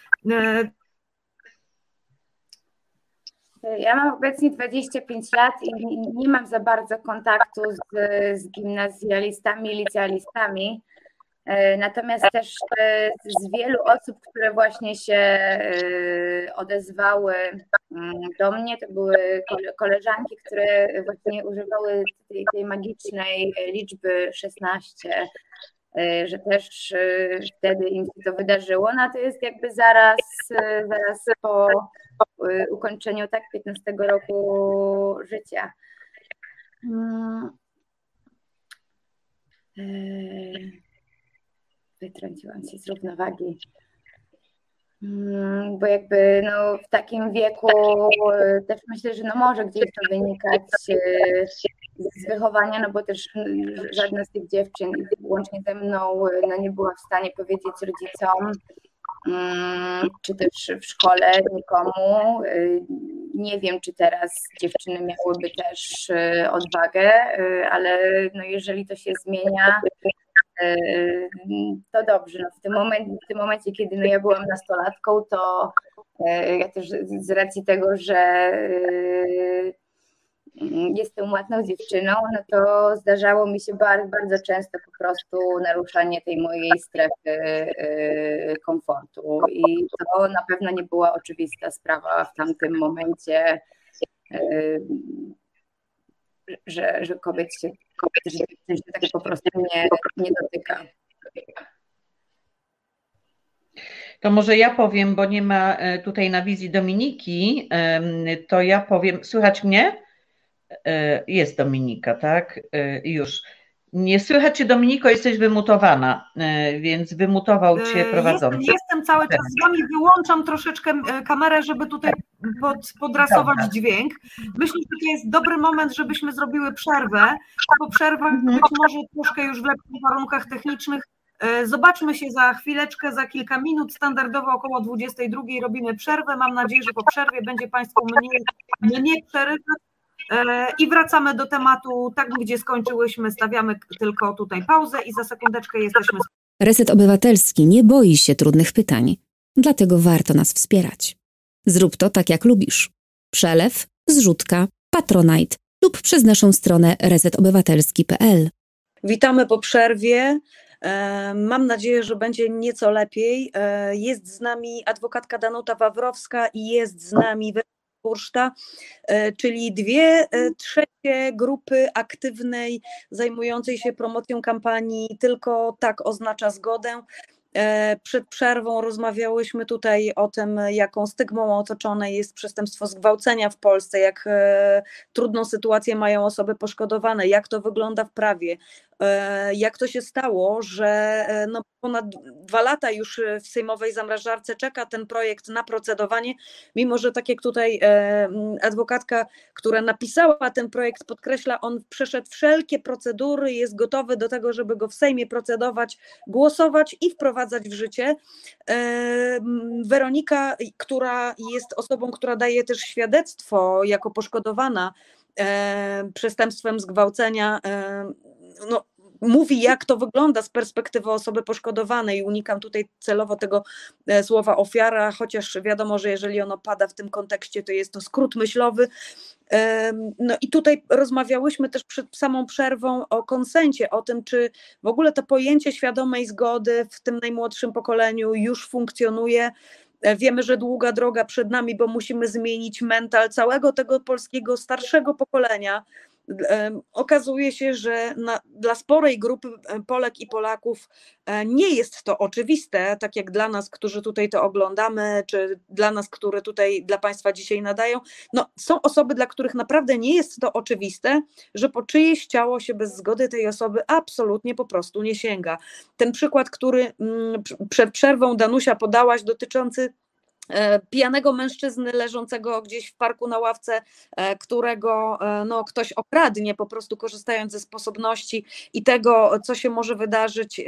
ja mam obecnie dwadzieścia pięć lat i nie mam za bardzo kontaktu z, z gimnazjalistami, licealistami, natomiast też z wielu osób, które właśnie się odezwały do mnie, to były koleżanki, które właśnie używały tej, tej magicznej liczby szesnaście, że też wtedy im się to wydarzyło, no to jest jakby zaraz, zaraz po ukończeniu tak piętnastego roku życia. Wytrąciłam się z równowagi, bo jakby no w takim wieku też myślę, że no może gdzieś to wynikać z wychowania, no bo też żadna z tych dziewczyn, łącznie ze mną, no nie była w stanie powiedzieć rodzicom, czy też w szkole nikomu. Nie wiem, czy teraz dziewczyny miałyby też odwagę, ale no jeżeli to się zmienia, to dobrze. No w tym momencie, w tym momencie, kiedy no ja byłam nastolatką, to ja też z racji tego, że jestem ładną dziewczyną, no to zdarzało mi się bardzo, bardzo często po prostu naruszanie tej mojej strefy komfortu i to na pewno nie była oczywista sprawa w tamtym momencie, że, że kobiet się, kobiet się, się tak po prostu nie, nie dotyka. To może ja powiem, bo nie ma tutaj na wizji Dominiki, to ja powiem, słychać mnie? Jest Dominika, tak? Już. Nie słychać Cię, Dominiko, jesteś wymutowana, więc wymutował Cię prowadzący. Jestem, jestem cały czas z Wami, wyłączam troszeczkę kamerę, żeby tutaj pod, podrasować Dobra. dźwięk. Myślę, że to jest dobry moment, żebyśmy zrobiły przerwę. Po przerwach mhm. być może troszkę już w lepszych warunkach technicznych. Zobaczmy się za chwileczkę, za kilka minut, standardowo około dwudziestej drugiej robimy przerwę. Mam nadzieję, że po przerwie będzie Państwu mniej, mniej przerywać. I wracamy do tematu, tak gdzie skończyłyśmy, stawiamy tylko tutaj pauzę i za sekundeczkę jesteśmy. Reset Obywatelski nie boi się trudnych pytań, dlatego warto nas wspierać. Zrób to tak jak lubisz. Przelew, zrzutka, Patronite lub przez naszą stronę reset obywatelski kropka p l. Witamy po przerwie. Mam nadzieję, że będzie nieco lepiej. Jest z nami adwokatka Danuta Wawrowska i jest z nami Burszta, czyli dwie trzecie grupy aktywnej zajmującej się promocją kampanii Tylko tak oznacza zgodę. Przed przerwą rozmawiałyśmy tutaj o tym, jaką stygmą otoczone jest przestępstwo zgwałcenia w Polsce, jak trudną sytuację mają osoby poszkodowane, jak to wygląda w prawie, jak to się stało, że no ponad dwa lata już w sejmowej zamrażarce czeka ten projekt na procedowanie, mimo że tak jak tutaj adwokatka, która napisała ten projekt, podkreśla, on przeszedł wszelkie procedury, jest gotowy do tego, żeby go w Sejmie procedować, głosować i wprowadzać w życie. Weronika, która jest osobą, która daje też świadectwo jako poszkodowana przestępstwem zgwałcenia, no, mówi, jak to wygląda z perspektywy osoby poszkodowanej. Unikam tutaj celowo tego słowa ofiara, chociaż wiadomo, że jeżeli ono pada w tym kontekście, to jest to skrót myślowy. No i tutaj rozmawiałyśmy też przed samą przerwą o konsencie, o tym, czy w ogóle to pojęcie świadomej zgody w tym najmłodszym pokoleniu już funkcjonuje. Wiemy, że długa droga przed nami, bo musimy zmienić mental całego tego polskiego starszego pokolenia. Okazuje się, że na, dla sporej grupy Polek i Polaków nie jest to oczywiste, tak jak dla nas, którzy tutaj to oglądamy, czy dla nas, które tutaj dla Państwa dzisiaj nadają. No, są osoby, dla których naprawdę nie jest to oczywiste, że po czyjeś ciało się bez zgody tej osoby absolutnie po prostu nie sięga. Ten przykład, który przed przerwą Danusia podałaś, dotyczący pijanego mężczyzny leżącego gdzieś w parku na ławce, którego no, ktoś okradnie, po prostu korzystając ze sposobności i tego, co się może wydarzyć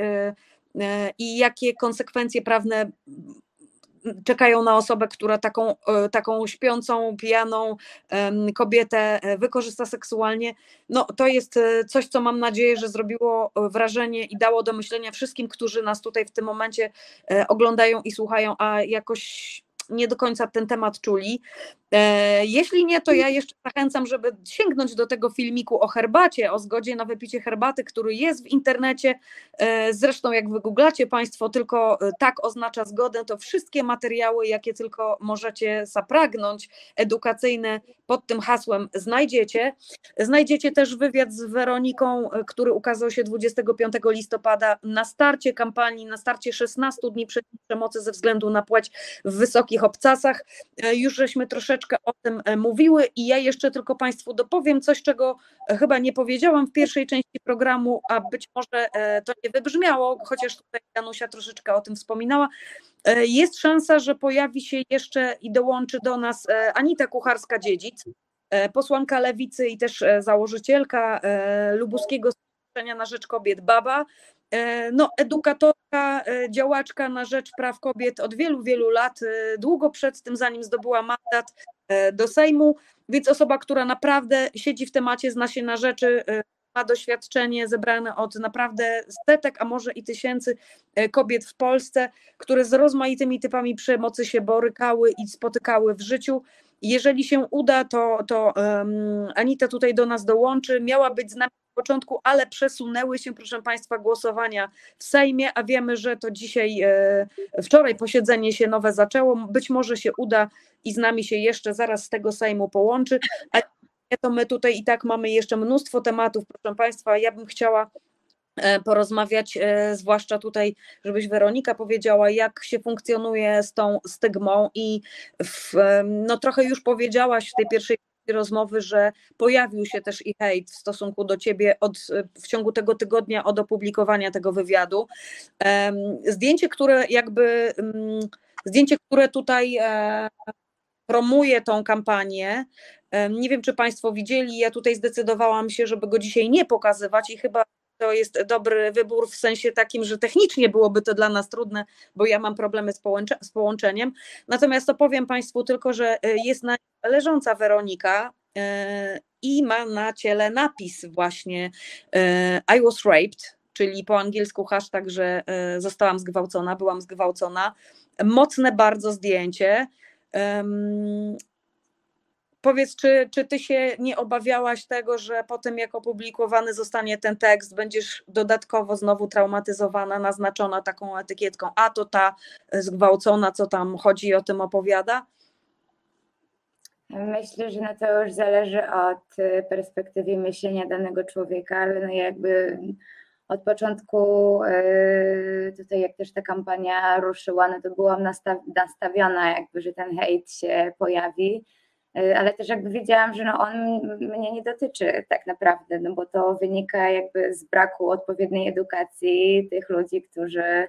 i jakie konsekwencje prawne czekają na osobę, która taką, taką śpiącą, pijaną kobietę wykorzysta seksualnie. No, to jest coś, co mam nadzieję, że zrobiło wrażenie i dało do myślenia wszystkim, którzy nas tutaj w tym momencie oglądają i słuchają, a jakoś nie do końca ten temat czuli. Jeśli nie, to ja jeszcze zachęcam, żeby sięgnąć do tego filmiku o herbacie, o zgodzie na wypicie herbaty, który jest w internecie. Zresztą jak wygooglacie Państwo tylko tak oznacza zgodę, to wszystkie materiały, jakie tylko możecie zapragnąć, edukacyjne pod tym hasłem znajdziecie. Znajdziecie też wywiad z Weroniką, który ukazał się dwudziestego piątego listopada na starcie kampanii, na starcie szesnastu dni przeciw przemocy ze względu na płeć w wysokich obcasach. Już żeśmy troszeczkę o tym mówiły i ja jeszcze tylko Państwu dopowiem coś, czego chyba nie powiedziałam w pierwszej części programu, a być może to nie wybrzmiało, chociaż tutaj Danusia troszeczkę o tym wspominała. Jest szansa, że pojawi się jeszcze i dołączy do nas Anita Kucharska-Dziedzic, posłanka Lewicy i też założycielka lubuskiego Stowarzyszenia na Rzecz Kobiet Baba. No, edukatorka, działaczka na rzecz praw kobiet od wielu, wielu lat, długo przed tym, zanim zdobyła mandat do Sejmu, więc osoba, która naprawdę siedzi w temacie, zna się na rzeczy, ma doświadczenie zebrane od naprawdę setek, a może i tysięcy kobiet w Polsce, które z rozmaitymi typami przemocy się borykały i spotykały w życiu. jeżeli się uda, to, to um, Anita tutaj do nas dołączy. Miała być z nami na początku, ale przesunęły się, proszę Państwa, głosowania w Sejmie, a wiemy, że to dzisiaj, e, wczoraj posiedzenie się nowe zaczęło. Być może się uda i z nami się jeszcze zaraz z tego Sejmu połączy. A to my tutaj i tak mamy jeszcze mnóstwo tematów, proszę Państwa. Ja bym chciała porozmawiać, zwłaszcza tutaj, żebyś Weronika powiedziała, jak się funkcjonuje z tą stygmą i w, no trochę już powiedziałaś w tej pierwszej rozmowy, że pojawił się też i hejt w stosunku do ciebie od, w ciągu tego tygodnia od opublikowania tego wywiadu. Zdjęcie, które jakby, zdjęcie, które tutaj promuje tą kampanię, nie wiem, czy Państwo widzieli, ja tutaj zdecydowałam się, żeby go dzisiaj nie pokazywać i chyba to jest dobry wybór w sensie takim, że technicznie byłoby to dla nas trudne, bo ja mam problemy z, połącze z połączeniem. Natomiast to powiem Państwu tylko, że jest na leżąca Weronika yy, i ma na ciele napis właśnie yy, I was raped, czyli po angielsku hashtag, że yy, zostałam zgwałcona, byłam zgwałcona. Mocne bardzo zdjęcie. Yy, Powiedz, czy, czy ty się nie obawiałaś tego, że po tym, jak opublikowany zostanie ten tekst, będziesz dodatkowo znowu traumatyzowana, naznaczona taką etykietką, a to ta zgwałcona, co tam chodzi i o tym opowiada? Myślę, że no to już zależy od perspektywy myślenia danego człowieka, ale no jakby od początku tutaj jak też ta kampania ruszyła, no to byłam nastawiona jakby, że ten hejt się pojawi. Ale też jakby wiedziałam, że no on mnie nie dotyczy tak naprawdę, no bo to wynika jakby z braku odpowiedniej edukacji tych ludzi, którzy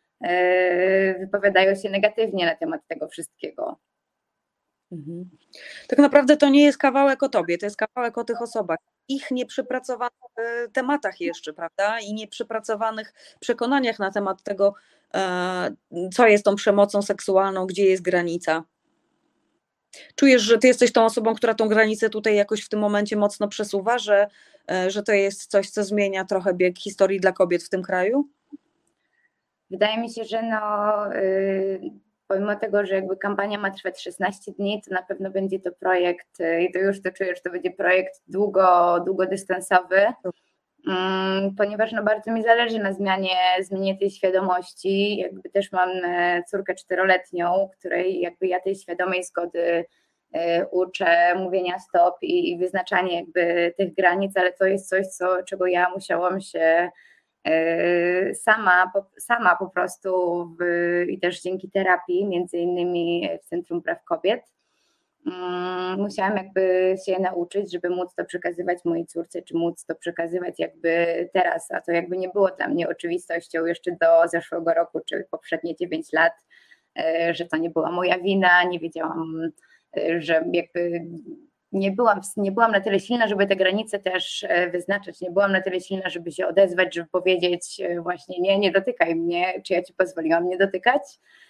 wypowiadają się negatywnie na temat tego wszystkiego. Mhm. Tak naprawdę to nie jest kawałek o tobie, to jest kawałek o tych osobach, ich nieprzepracowanych tematach jeszcze, prawda, i nieprzepracowanych przekonaniach na temat tego, co jest tą przemocą seksualną, gdzie jest granica. Czujesz, że ty jesteś tą osobą, która tą granicę tutaj jakoś w tym momencie mocno przesuwa, że, że to jest coś, co zmienia trochę bieg historii dla kobiet w tym kraju? Wydaje mi się, że no, yy, pomimo tego, że jakby kampania ma trwać szesnaście dni, to na pewno będzie to projekt, yy, i to już to czuję, że to będzie projekt długo, długodystansowy, yy, ponieważ no bardzo mi zależy na zmianie, zmianie tej świadomości. Jakby też mam córkę czteroletnią, której jakby ja tej świadomej zgody uczę, mówienia stop i wyznaczanie jakby tych granic, ale to jest coś, co, czego ja musiałam się sama, sama po prostu w, i też dzięki terapii, między innymi w Centrum Praw Kobiet, musiałam jakby się nauczyć, żeby móc to przekazywać mojej córce, czy móc to przekazywać jakby teraz, a to jakby nie było dla mnie oczywistością jeszcze do zeszłego roku, czy poprzednie dziewięć lat, że to nie była moja wina, nie wiedziałam, że jakby nie byłam, nie byłam na tyle silna, żeby te granice też wyznaczać, nie byłam na tyle silna, żeby się odezwać, żeby powiedzieć właśnie nie, nie dotykaj mnie, czy ja ci pozwoliłam nie dotykać.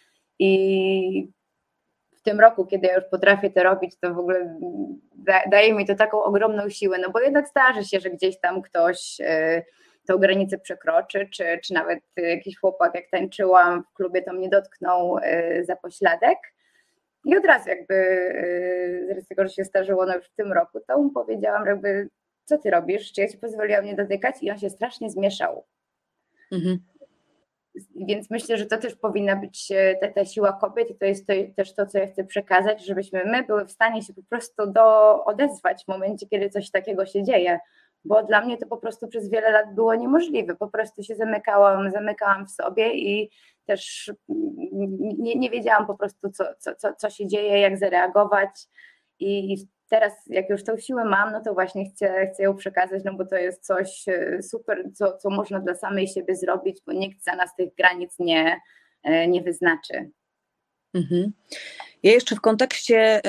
I w tym roku, kiedy ja już potrafię to robić, to w ogóle da, daje mi to taką ogromną siłę, no bo jednak zdarzy się, że gdzieś tam ktoś y, tą granicę przekroczy, czy, czy nawet jakiś chłopak, jak tańczyłam w klubie, to mnie dotknął y, za pośladek. I od razu jakby, z tego, że się zdarzyło no już w tym roku, to mu powiedziałam jakby, co ty robisz, czy ja ci pozwoliłam nie dotykać, i on się strasznie zmieszał. Mhm. Więc myślę, że to też powinna być ta, ta siła kobiet i to jest to, też to, co ja chcę przekazać, żebyśmy my były w stanie się po prostu do, odezwać w momencie, kiedy coś takiego się dzieje, bo dla mnie to po prostu przez wiele lat było niemożliwe, po prostu się zamykałam, zamykałam w sobie i też nie, nie wiedziałam po prostu, co, co, co, co się dzieje, jak zareagować i teraz jak już tą siłę mam, no to właśnie chcę, chcę ją przekazać, no bo to jest coś super, co, co można dla samej siebie zrobić, bo nikt za nas tych granic nie, nie wyznaczy. Mhm. Ja jeszcze w kontekście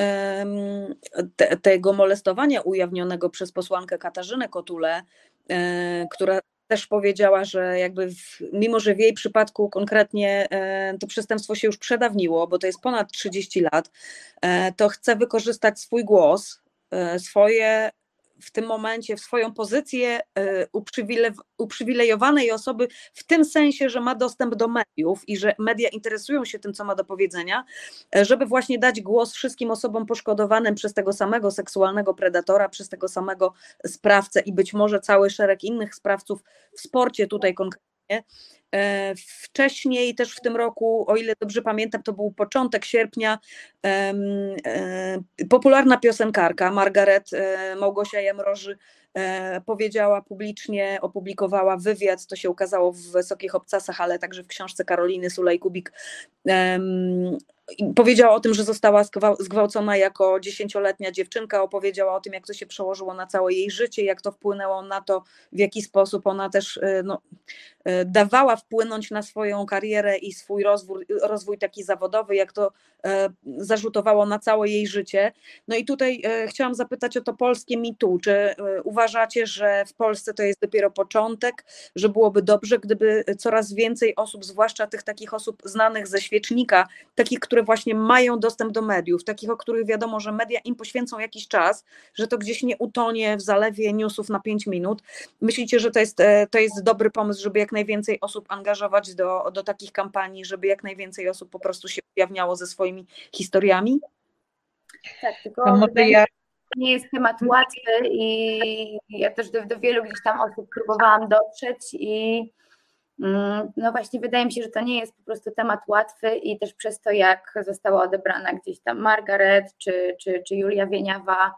te, tego molestowania ujawnionego przez posłankę Katarzynę Kotulę, która też powiedziała, że jakby w, mimo, że w jej przypadku konkretnie to przestępstwo się już przedawniło, bo to jest ponad trzydzieści lat, to chce wykorzystać swój głos, swoje w tym momencie w swoją pozycję uprzywile- uprzywilejowanej osoby w tym sensie, że ma dostęp do mediów i że media interesują się tym, co ma do powiedzenia, żeby właśnie dać głos wszystkim osobom poszkodowanym przez tego samego seksualnego predatora, przez tego samego sprawcę i być może cały szereg innych sprawców w sporcie tutaj konkretnie. Wcześniej też w tym roku, o ile dobrze pamiętam, to był początek sierpnia, popularna piosenkarka Margaret Małgosia Jamroży powiedziała publicznie, opublikowała wywiad, to się ukazało w Wysokich Obcasach, ale także w książce Karoliny Sulej-Kubik. Powiedziała o tym, że została zgwałcona jako dziesięcioletnia dziewczynka, opowiedziała o tym, jak to się przełożyło na całe jej życie, jak to wpłynęło na to, w jaki sposób ona też no, dawała wpłynąć na swoją karierę i swój rozwój, rozwój taki zawodowy, jak to zarzutowało na całe jej życie. No i tutaj chciałam zapytać o to polskie Me Too. Czy uważacie, że w Polsce to jest dopiero początek, że byłoby dobrze, gdyby coraz więcej osób, zwłaszcza tych takich osób znanych ze świecznika, takich, które właśnie mają dostęp do mediów, takich, o których wiadomo, że media im poświęcą jakiś czas, że to gdzieś nie utonie w zalewie newsów na pięć minut. Myślicie, że to jest, to jest dobry pomysł, żeby jak najwięcej osób angażować do, do takich kampanii, żeby jak najwięcej osób po prostu się ujawniało ze swoimi historiami? Tak, tylko wydaje mi się, że to nie jest temat łatwy i ja też do, do wielu gdzieś tam osób próbowałam dotrzeć i no właśnie wydaje mi się, że to nie jest po prostu temat łatwy i też przez to, jak została odebrana gdzieś tam Margaret czy, czy, czy Julia Wieniawa,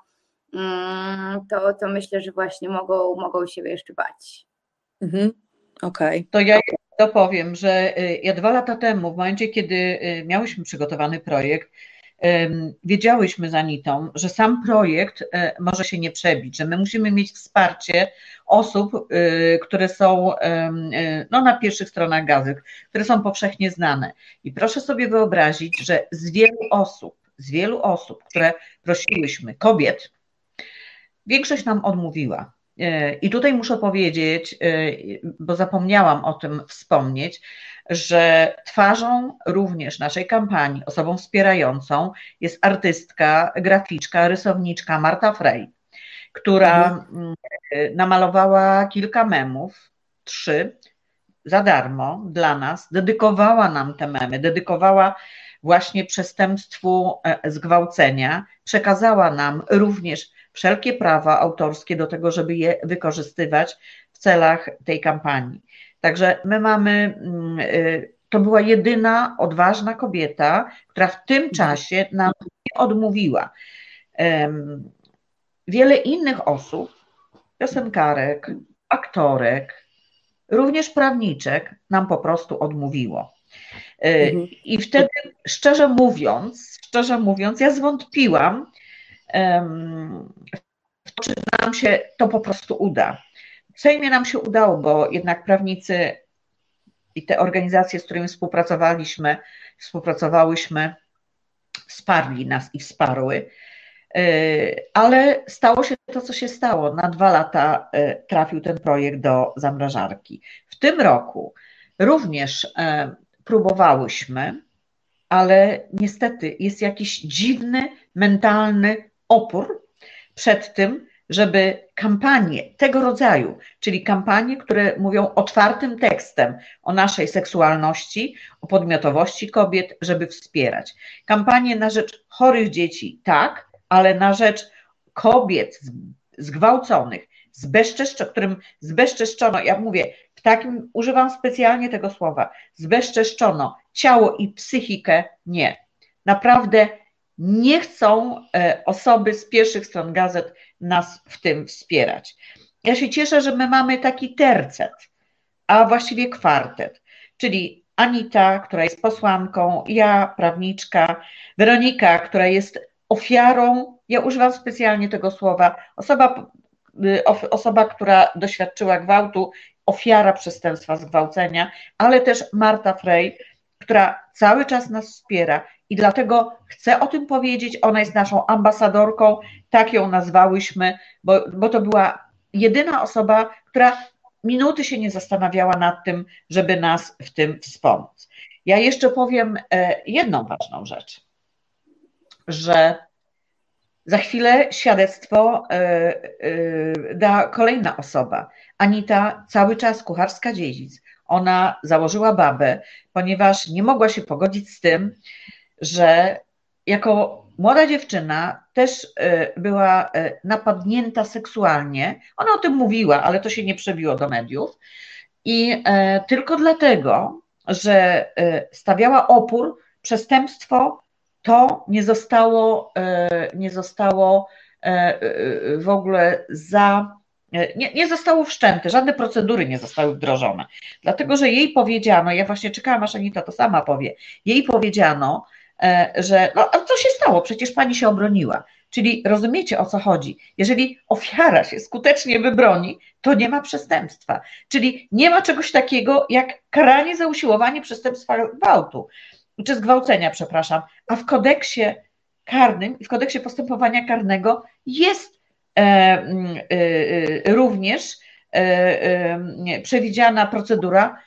to, to myślę, że właśnie mogą, mogą siebie jeszcze bać. Mhm. Okej. Okay. To ja dopowiem, że ja dwa lata temu, w momencie, kiedy miałyśmy przygotowany projekt, wiedziałyśmy z Anitą, że sam projekt może się nie przebić, że my musimy mieć wsparcie osób, które są no, na pierwszych stronach gazet, które są powszechnie znane. I proszę sobie wyobrazić, że z wielu osób, z wielu osób, które prosiłyśmy, kobiet, większość nam odmówiła. I tutaj muszę powiedzieć, bo zapomniałam o tym wspomnieć, że twarzą również naszej kampanii, osobą wspierającą jest artystka, graficzka, rysowniczka Marta Frey, która mhm. namalowała kilka memów, trzy, za darmo dla nas, dedykowała nam te memy, dedykowała właśnie przestępstwu zgwałcenia, przekazała nam również wszelkie prawa autorskie do tego, żeby je wykorzystywać w celach tej kampanii. Także my mamy, to była jedyna odważna kobieta, która w tym czasie nam nie odmówiła. Wiele innych osób, piosenkarek, aktorek, również prawniczek nam po prostu odmówiło. I wtedy, szczerze mówiąc, szczerze mówiąc, ja zwątpiłam, czy nam się to po prostu uda. W Sejmie nam się udało, bo jednak prawnicy i te organizacje, z którymi współpracowaliśmy, współpracowałyśmy, wsparli nas i wsparły, ale stało się to, co się stało. Na dwa lata trafił ten projekt do zamrażarki. W tym roku również próbowałyśmy, ale niestety jest jakiś dziwny, mentalny opór przed tym, żeby kampanie tego rodzaju, czyli kampanie, które mówią otwartym tekstem o naszej seksualności, o podmiotowości kobiet, żeby wspierać. Kampanie na rzecz chorych dzieci, tak, ale na rzecz kobiet zgwałconych, zbezczeszczonych, którym zbezczeszczono, ja mówię, w takim, używam specjalnie tego słowa, zbezczeszczono ciało i psychikę, nie. Naprawdę nie chcą osoby z pierwszych stron gazet nas w tym wspierać. Ja się cieszę, że my mamy taki tercet, a właściwie kwartet, czyli Anita, która jest posłanką, ja, prawniczka, Weronika, która jest ofiarą, ja używam specjalnie tego słowa, osoba, osoba, która doświadczyła gwałtu, ofiara przestępstwa zgwałcenia, ale też Marta Frey, która cały czas nas wspiera i dlatego chcę o tym powiedzieć, ona jest naszą ambasadorką, tak ją nazwałyśmy, bo, bo to była jedyna osoba, która minuty się nie zastanawiała nad tym, żeby nas w tym wspomóc. Ja jeszcze powiem jedną ważną rzecz, że Za chwilę świadectwo da kolejna osoba. Anita, cały czas kucharska dziedzic. Ona założyła babę, ponieważ nie mogła się pogodzić z tym, że jako młoda dziewczyna też była napadnięta seksualnie. Ona o tym mówiła, ale to się nie przebiło do mediów. I tylko dlatego, że stawiała opór, przestępstwo to nie zostało, nie zostało w ogóle za, nie, nie zostało wszczęte, żadne procedury nie zostały wdrożone. Dlatego, że jej powiedziano, ja właśnie czekałam, aż Anita to sama powie, jej powiedziano, że no, a co się stało? Przecież pani się obroniła. Czyli rozumiecie, o co chodzi. Jeżeli ofiara się skutecznie wybroni, to nie ma przestępstwa. Czyli nie ma czegoś takiego jak karanie za usiłowanie przestępstwa gwałtu, czy zgwałcenia, przepraszam. A w kodeksie karnym i w kodeksie postępowania karnego jest e, e, również e, e, przewidziana procedura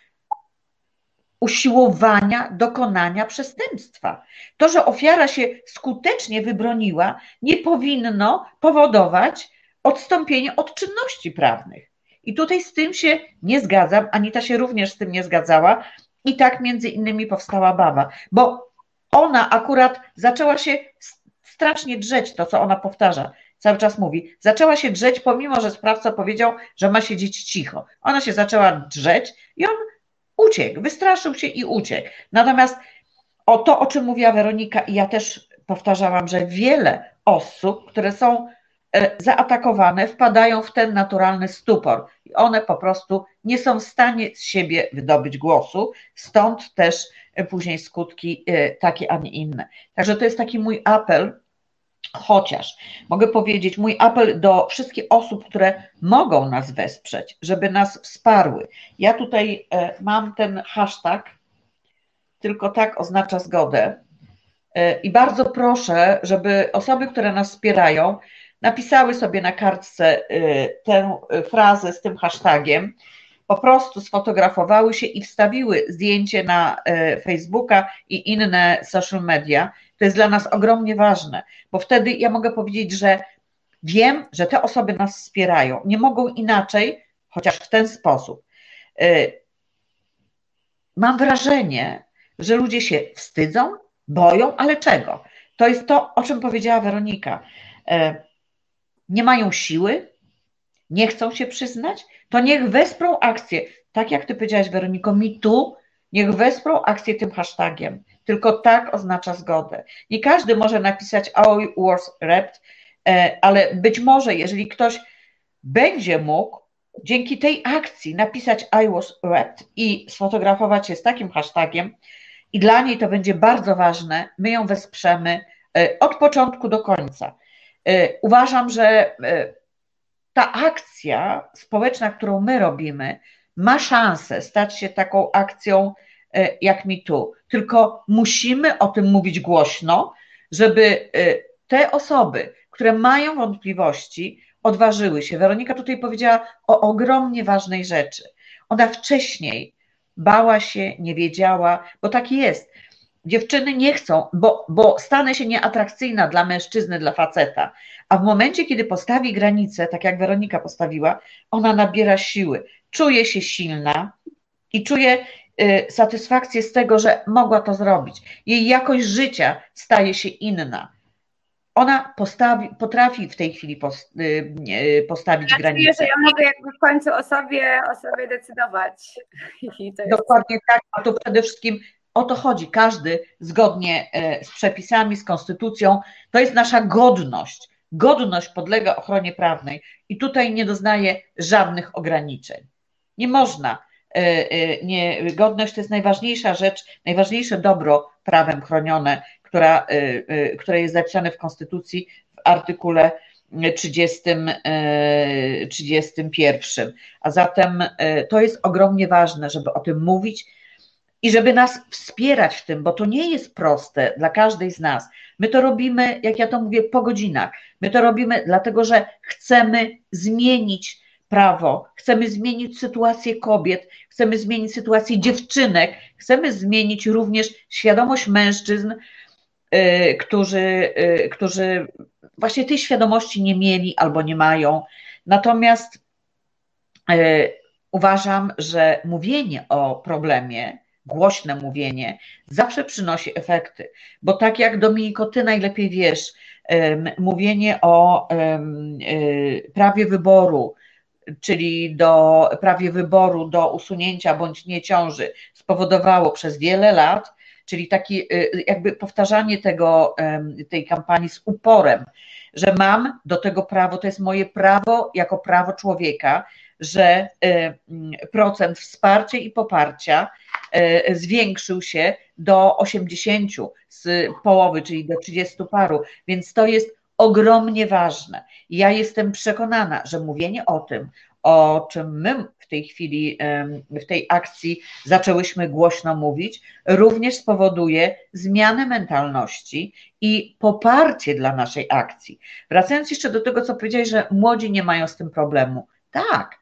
usiłowania dokonania przestępstwa. To, że ofiara się skutecznie wybroniła, nie powinno powodować odstąpienia od czynności prawnych. I tutaj z tym się nie zgadzam, Anita się również z tym nie zgadzała i tak między innymi powstała baba, bo ona akurat zaczęła się strasznie drzeć, to co ona powtarza, cały czas mówi, zaczęła się drzeć, pomimo że sprawca powiedział, że ma siedzieć cicho. Ona się zaczęła drzeć i on uciekł, wystraszył się i uciekł. Natomiast o to, o czym mówiła Weronika, i ja też powtarzałam, że wiele osób, które są zaatakowane, wpadają w ten naturalny stupor i one po prostu nie są w stanie z siebie wydobyć głosu, stąd też później skutki takie, a nie inne. Także to jest taki mój apel, chociaż mogę powiedzieć, mój apel do wszystkich osób, które mogą nas wesprzeć, żeby nas wsparły. Ja tutaj mam ten hashtag, tylko tak oznacza zgodę i bardzo proszę, żeby osoby, które nas wspierają, napisały sobie na kartce tę frazę z tym hashtagiem, po prostu sfotografowały się i wstawiły zdjęcie na Facebooka i inne social media. To jest dla nas ogromnie ważne, bo wtedy ja mogę powiedzieć, że wiem, że te osoby nas wspierają. Nie mogą inaczej, chociaż w ten sposób. Mam wrażenie, że ludzie się wstydzą, boją, ale czego? To jest to, o czym powiedziała Weronika. Nie mają siły, nie chcą się przyznać, to niech wesprą akcję, tak jak ty powiedziałaś, Weroniko, Me Too, niech wesprą akcję tym hashtagiem, tylko tak oznacza zgodę. Nie każdy może napisać I was raped, ale być może, jeżeli ktoś będzie mógł dzięki tej akcji napisać I was raped i sfotografować się z takim hashtagiem i dla niej to będzie bardzo ważne, my ją wesprzemy od początku do końca. Uważam, że ta akcja społeczna, którą my robimy, ma szansę stać się taką akcją jak Me Too. Tylko musimy o tym mówić głośno, żeby te osoby, które mają wątpliwości, odważyły się. Weronika tutaj powiedziała o ogromnie ważnej rzeczy. Ona wcześniej bała się, nie wiedziała, bo tak jest. Dziewczyny nie chcą, bo, bo stanę się nieatrakcyjna dla mężczyzny, dla faceta, a w momencie, kiedy postawi granicę, tak jak Weronika postawiła, ona nabiera siły, czuje się silna i czuje y, satysfakcję z tego, że mogła to zrobić. Jej jakość życia staje się inna. Ona postawi, potrafi w tej chwili post, y, y, postawić ja granicę. Czuję, że ja mogę jakby w końcu o sobie, o sobie decydować. I to jest... Dokładnie tak, a to przede wszystkim o to chodzi. Każdy zgodnie z przepisami, z konstytucją, to jest nasza godność. Godność podlega ochronie prawnej i tutaj nie doznaje żadnych ograniczeń. Nie można. Nie, godność to jest najważniejsza rzecz, najważniejsze dobro prawem chronione, która, które jest zapisane w Konstytucji w artykule trzydziestym, trzydziestym pierwszym. A zatem to jest ogromnie ważne, żeby o tym mówić i żeby nas wspierać w tym, bo to nie jest proste dla każdej z nas. My to robimy, jak ja to mówię, po godzinach. My to robimy dlatego, że chcemy zmienić prawo, chcemy zmienić sytuację kobiet, chcemy zmienić sytuację dziewczynek, chcemy zmienić również świadomość mężczyzn, którzy, którzy właśnie tej świadomości nie mieli albo nie mają. Natomiast uważam, że mówienie o problemie, głośne mówienie zawsze przynosi efekty, bo tak jak Dominiko, ty najlepiej wiesz, mówienie o prawie wyboru, czyli do prawie wyboru do usunięcia bądź nie ciąży spowodowało przez wiele lat, czyli takie jakby powtarzanie tego, tej kampanii z uporem, że mam do tego prawo, to jest moje prawo jako prawo człowieka, że procent wsparcia i poparcia zwiększył się do osiemdziesięciu z połowy, czyli do trzydziestu paru, więc to jest ogromnie ważne. Ja jestem przekonana, że mówienie o tym, o czym my w tej chwili, w tej akcji zaczęłyśmy głośno mówić, również spowoduje zmianę mentalności i poparcie dla naszej akcji. Wracając jeszcze do tego, co powiedziałeś, że młodzi nie mają z tym problemu. Tak,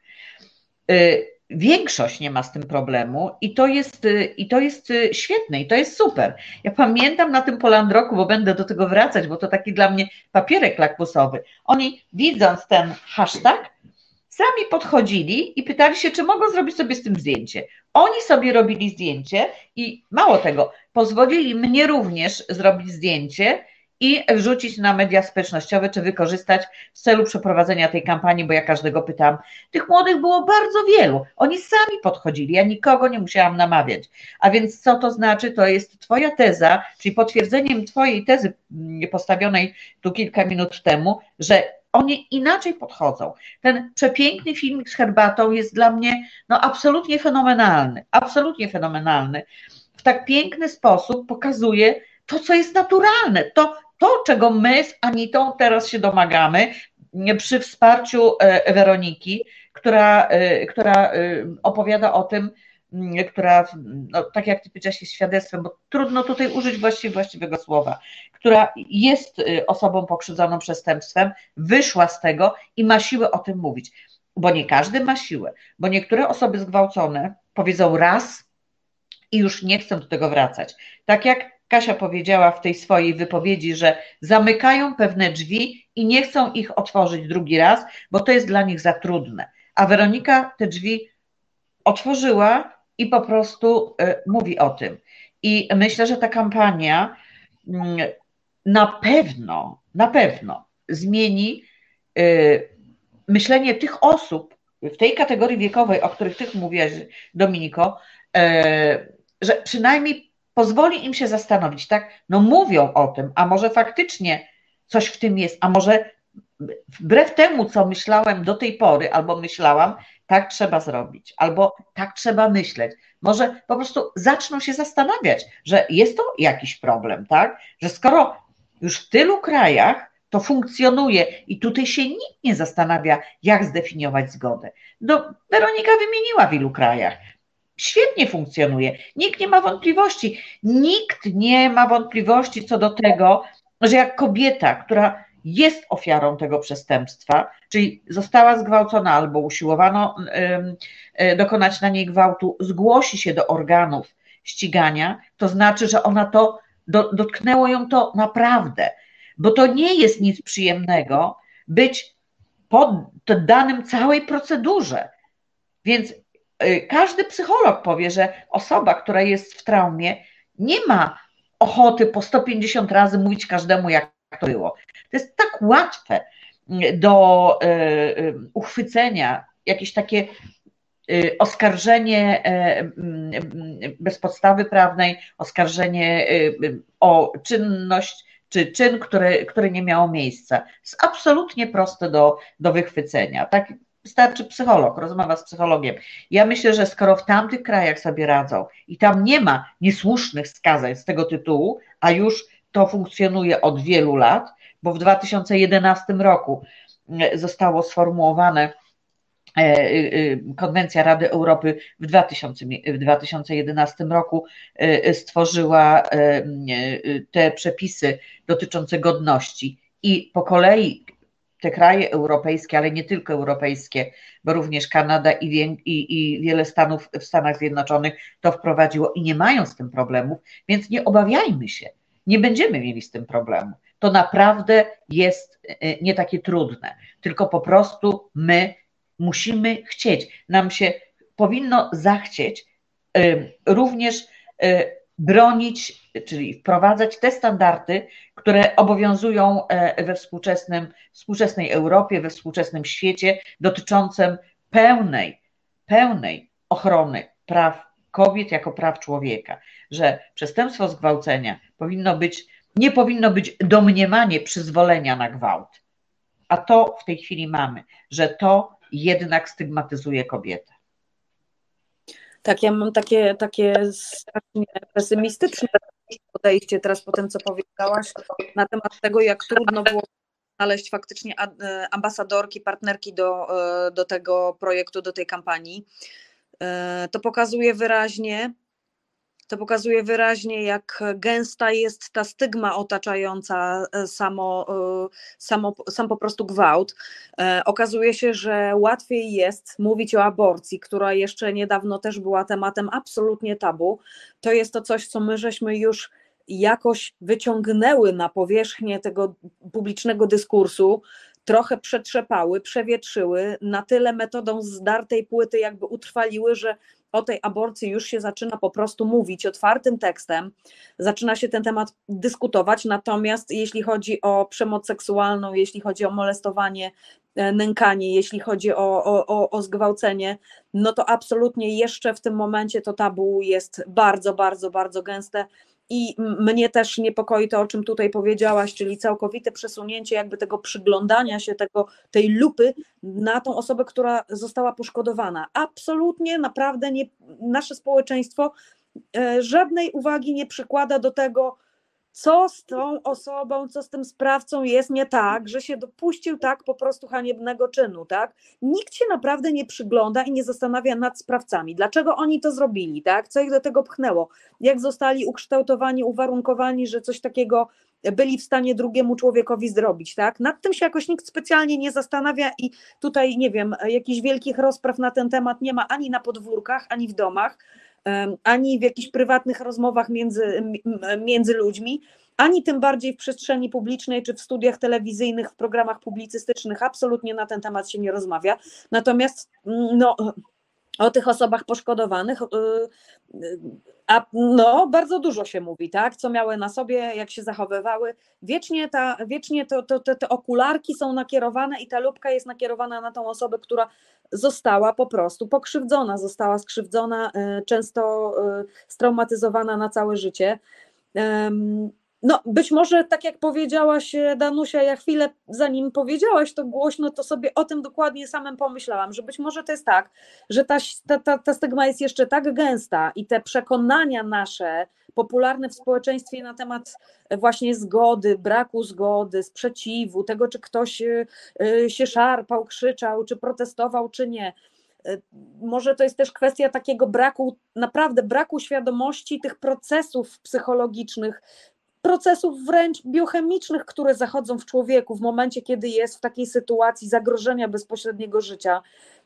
większość nie ma z tym problemu i to jest, i to jest świetne i to jest super. Ja pamiętam na tym Polandroku, bo będę do tego wracać, bo to taki dla mnie papierek lakmusowy. Oni widząc ten hashtag, sami podchodzili i pytali się, czy mogą zrobić sobie z tym zdjęcie. Oni sobie robili zdjęcie i mało tego, pozwolili mnie również zrobić zdjęcie i wrzucić na media społecznościowe, czy wykorzystać w celu przeprowadzenia tej kampanii, bo ja każdego pytałam. Tych młodych było bardzo wielu. Oni sami podchodzili, ja nikogo nie musiałam namawiać. A więc co to znaczy? To jest twoja teza, czyli potwierdzeniem twojej tezy postawionej tu kilka minut temu, że oni inaczej podchodzą. Ten przepiękny filmik z herbatą jest dla mnie no, absolutnie fenomenalny, absolutnie fenomenalny. W tak piękny sposób pokazuje to, co jest naturalne, to, to czego my z Anitą teraz się domagamy przy wsparciu Weroniki, która, która opowiada o tym, która, no, tak jak ty powiedziałaś, jest świadectwem, bo trudno tutaj użyć właściwie, właściwego słowa, która jest osobą pokrzywdzoną przestępstwem, wyszła z tego i ma siłę o tym mówić, bo nie każdy ma siłę, bo niektóre osoby zgwałcone powiedzą raz i już nie chcą do tego wracać. Tak jak Kasia powiedziała w tej swojej wypowiedzi, że zamykają pewne drzwi i nie chcą ich otworzyć drugi raz, bo to jest dla nich za trudne. A Weronika te drzwi otworzyła i po prostu mówi o tym. I myślę, że ta kampania na pewno, na pewno zmieni myślenie tych osób w tej kategorii wiekowej, o których ty mówiłaś, Dominiko, że przynajmniej pozwoli im się zastanowić, tak? No mówią o tym, a może faktycznie coś w tym jest, a może wbrew temu, co myślałem do tej pory, albo myślałam, tak trzeba zrobić, albo tak trzeba myśleć. Może po prostu zaczną się zastanawiać, że jest to jakiś problem, tak? Że skoro już w tylu krajach to funkcjonuje i tutaj się nikt nie zastanawia, jak zdefiniować zgodę. No, Weronika wymieniła w ilu krajach. Świetnie funkcjonuje. Nikt nie ma wątpliwości. Nikt nie ma wątpliwości co do tego, że jak kobieta, która jest ofiarą tego przestępstwa, czyli została zgwałcona albo usiłowano dokonać na niej gwałtu, zgłosi się do organów ścigania, to znaczy, że ona to, dotknęło ją to naprawdę, bo to nie jest nic przyjemnego być poddanym całej procedurze. Więc każdy psycholog powie, że osoba, która jest w traumie, nie ma ochoty po sto pięćdziesiąt razy mówić każdemu, jak to było. To jest tak łatwe do uchwycenia, jakieś takie oskarżenie bez podstawy prawnej, oskarżenie o czynność czy czyn, który, który nie miało miejsca. Jest absolutnie proste do, do wychwycenia. Tak wystarczy psycholog, rozmowa z psychologiem. Ja myślę, że skoro w tamtych krajach sobie radzą i tam nie ma niesłusznych skazań z tego tytułu, a już to funkcjonuje od wielu lat, bo w dwa tysiące jedenastym roku zostało sformułowane, Konwencja Rady Europy w dwa tysiące jedenastym roku stworzyła te przepisy dotyczące godności i po kolei te kraje europejskie, ale nie tylko europejskie, bo również Kanada i, i, i wiele stanów w Stanach Zjednoczonych to wprowadziło i nie mają z tym problemów, więc nie obawiajmy się. nie będziemy mieli z tym problemu. To naprawdę jest nie takie trudne, tylko po prostu my musimy chcieć. Nam się powinno zachcieć również bronić, czyli wprowadzać te standardy, które obowiązują we współczesnym, współczesnej Europie, we współczesnym świecie, dotyczącym pełnej, pełnej ochrony praw kobiet jako praw człowieka, że przestępstwo zgwałcenia powinno być, nie powinno być domniemanie przyzwolenia na gwałt, a to w tej chwili mamy, że to jednak stygmatyzuje kobietę. Tak, ja mam takie, takie strasznie pesymistyczne podejście teraz po tym, co powiedziałaś, na temat tego, jak trudno było znaleźć faktycznie ambasadorki, partnerki do, do tego projektu, do tej kampanii. To pokazuje wyraźnie, to pokazuje wyraźnie, jak gęsta jest ta stygma otaczająca samo, samo, sam po prostu gwałt. Okazuje się, że łatwiej jest mówić o aborcji, która jeszcze niedawno też była tematem absolutnie tabu. To jest to coś, co my żeśmy już jakoś wyciągnęły na powierzchnię tego publicznego dyskursu, trochę przetrzepały, przewietrzyły, na tyle metodą zdartej płyty jakby utrwaliły, że o tej aborcji już się zaczyna po prostu mówić otwartym tekstem, zaczyna się ten temat dyskutować, natomiast jeśli chodzi o przemoc seksualną, jeśli chodzi o molestowanie, nękanie, jeśli chodzi o, o, o zgwałcenie, no to absolutnie jeszcze w tym momencie to tabu jest bardzo, bardzo, bardzo gęste. I mnie też niepokoi to, o czym tutaj powiedziałaś, czyli całkowite przesunięcie jakby tego przyglądania się, tego, tej lupy na tą osobę, która została poszkodowana. Absolutnie, naprawdę nie, nasze społeczeństwo żadnej uwagi nie przykłada do tego, co z tą osobą, co z tym sprawcą jest nie tak, że się dopuścił tak po prostu haniebnego czynu, tak? Nikt się naprawdę nie przygląda i nie zastanawia nad sprawcami, dlaczego oni to zrobili, tak? Co ich do tego pchnęło, jak zostali ukształtowani, uwarunkowani, że coś takiego byli w stanie drugiemu człowiekowi zrobić, tak? Nad tym się jakoś nikt specjalnie nie zastanawia i tutaj, nie wiem, jakichś wielkich rozpraw na ten temat nie ma ani na podwórkach, ani w domach, ani w jakichś prywatnych rozmowach między, między ludźmi, ani tym bardziej w przestrzeni publicznej, czy w studiach telewizyjnych, w programach publicystycznych, absolutnie na ten temat się nie rozmawia. Natomiast no, o tych osobach poszkodowanych a no, bardzo dużo się mówi, tak? Co miały na sobie, jak się zachowywały. Wiecznie, ta, wiecznie to, to, to, te okularki są nakierowane i ta lupka jest nakierowana na tą osobę, która została po prostu pokrzywdzona, została skrzywdzona, często straumatyzowana na całe życie. No, być może, tak jak powiedziałaś, Danusia, ja chwilę zanim powiedziałaś to głośno, to sobie o tym dokładnie samym pomyślałam, że być może to jest tak, że ta, ta, ta stygma jest jeszcze tak gęsta i te przekonania nasze, popularne w społeczeństwie na temat właśnie zgody, braku zgody, sprzeciwu, tego, czy ktoś się szarpał, krzyczał, czy protestował, czy nie. Może to jest też kwestia takiego braku, naprawdę braku świadomości tych procesów psychologicznych, procesów wręcz biochemicznych, które zachodzą w człowieku w momencie, kiedy jest w takiej sytuacji zagrożenia bezpośredniego życia.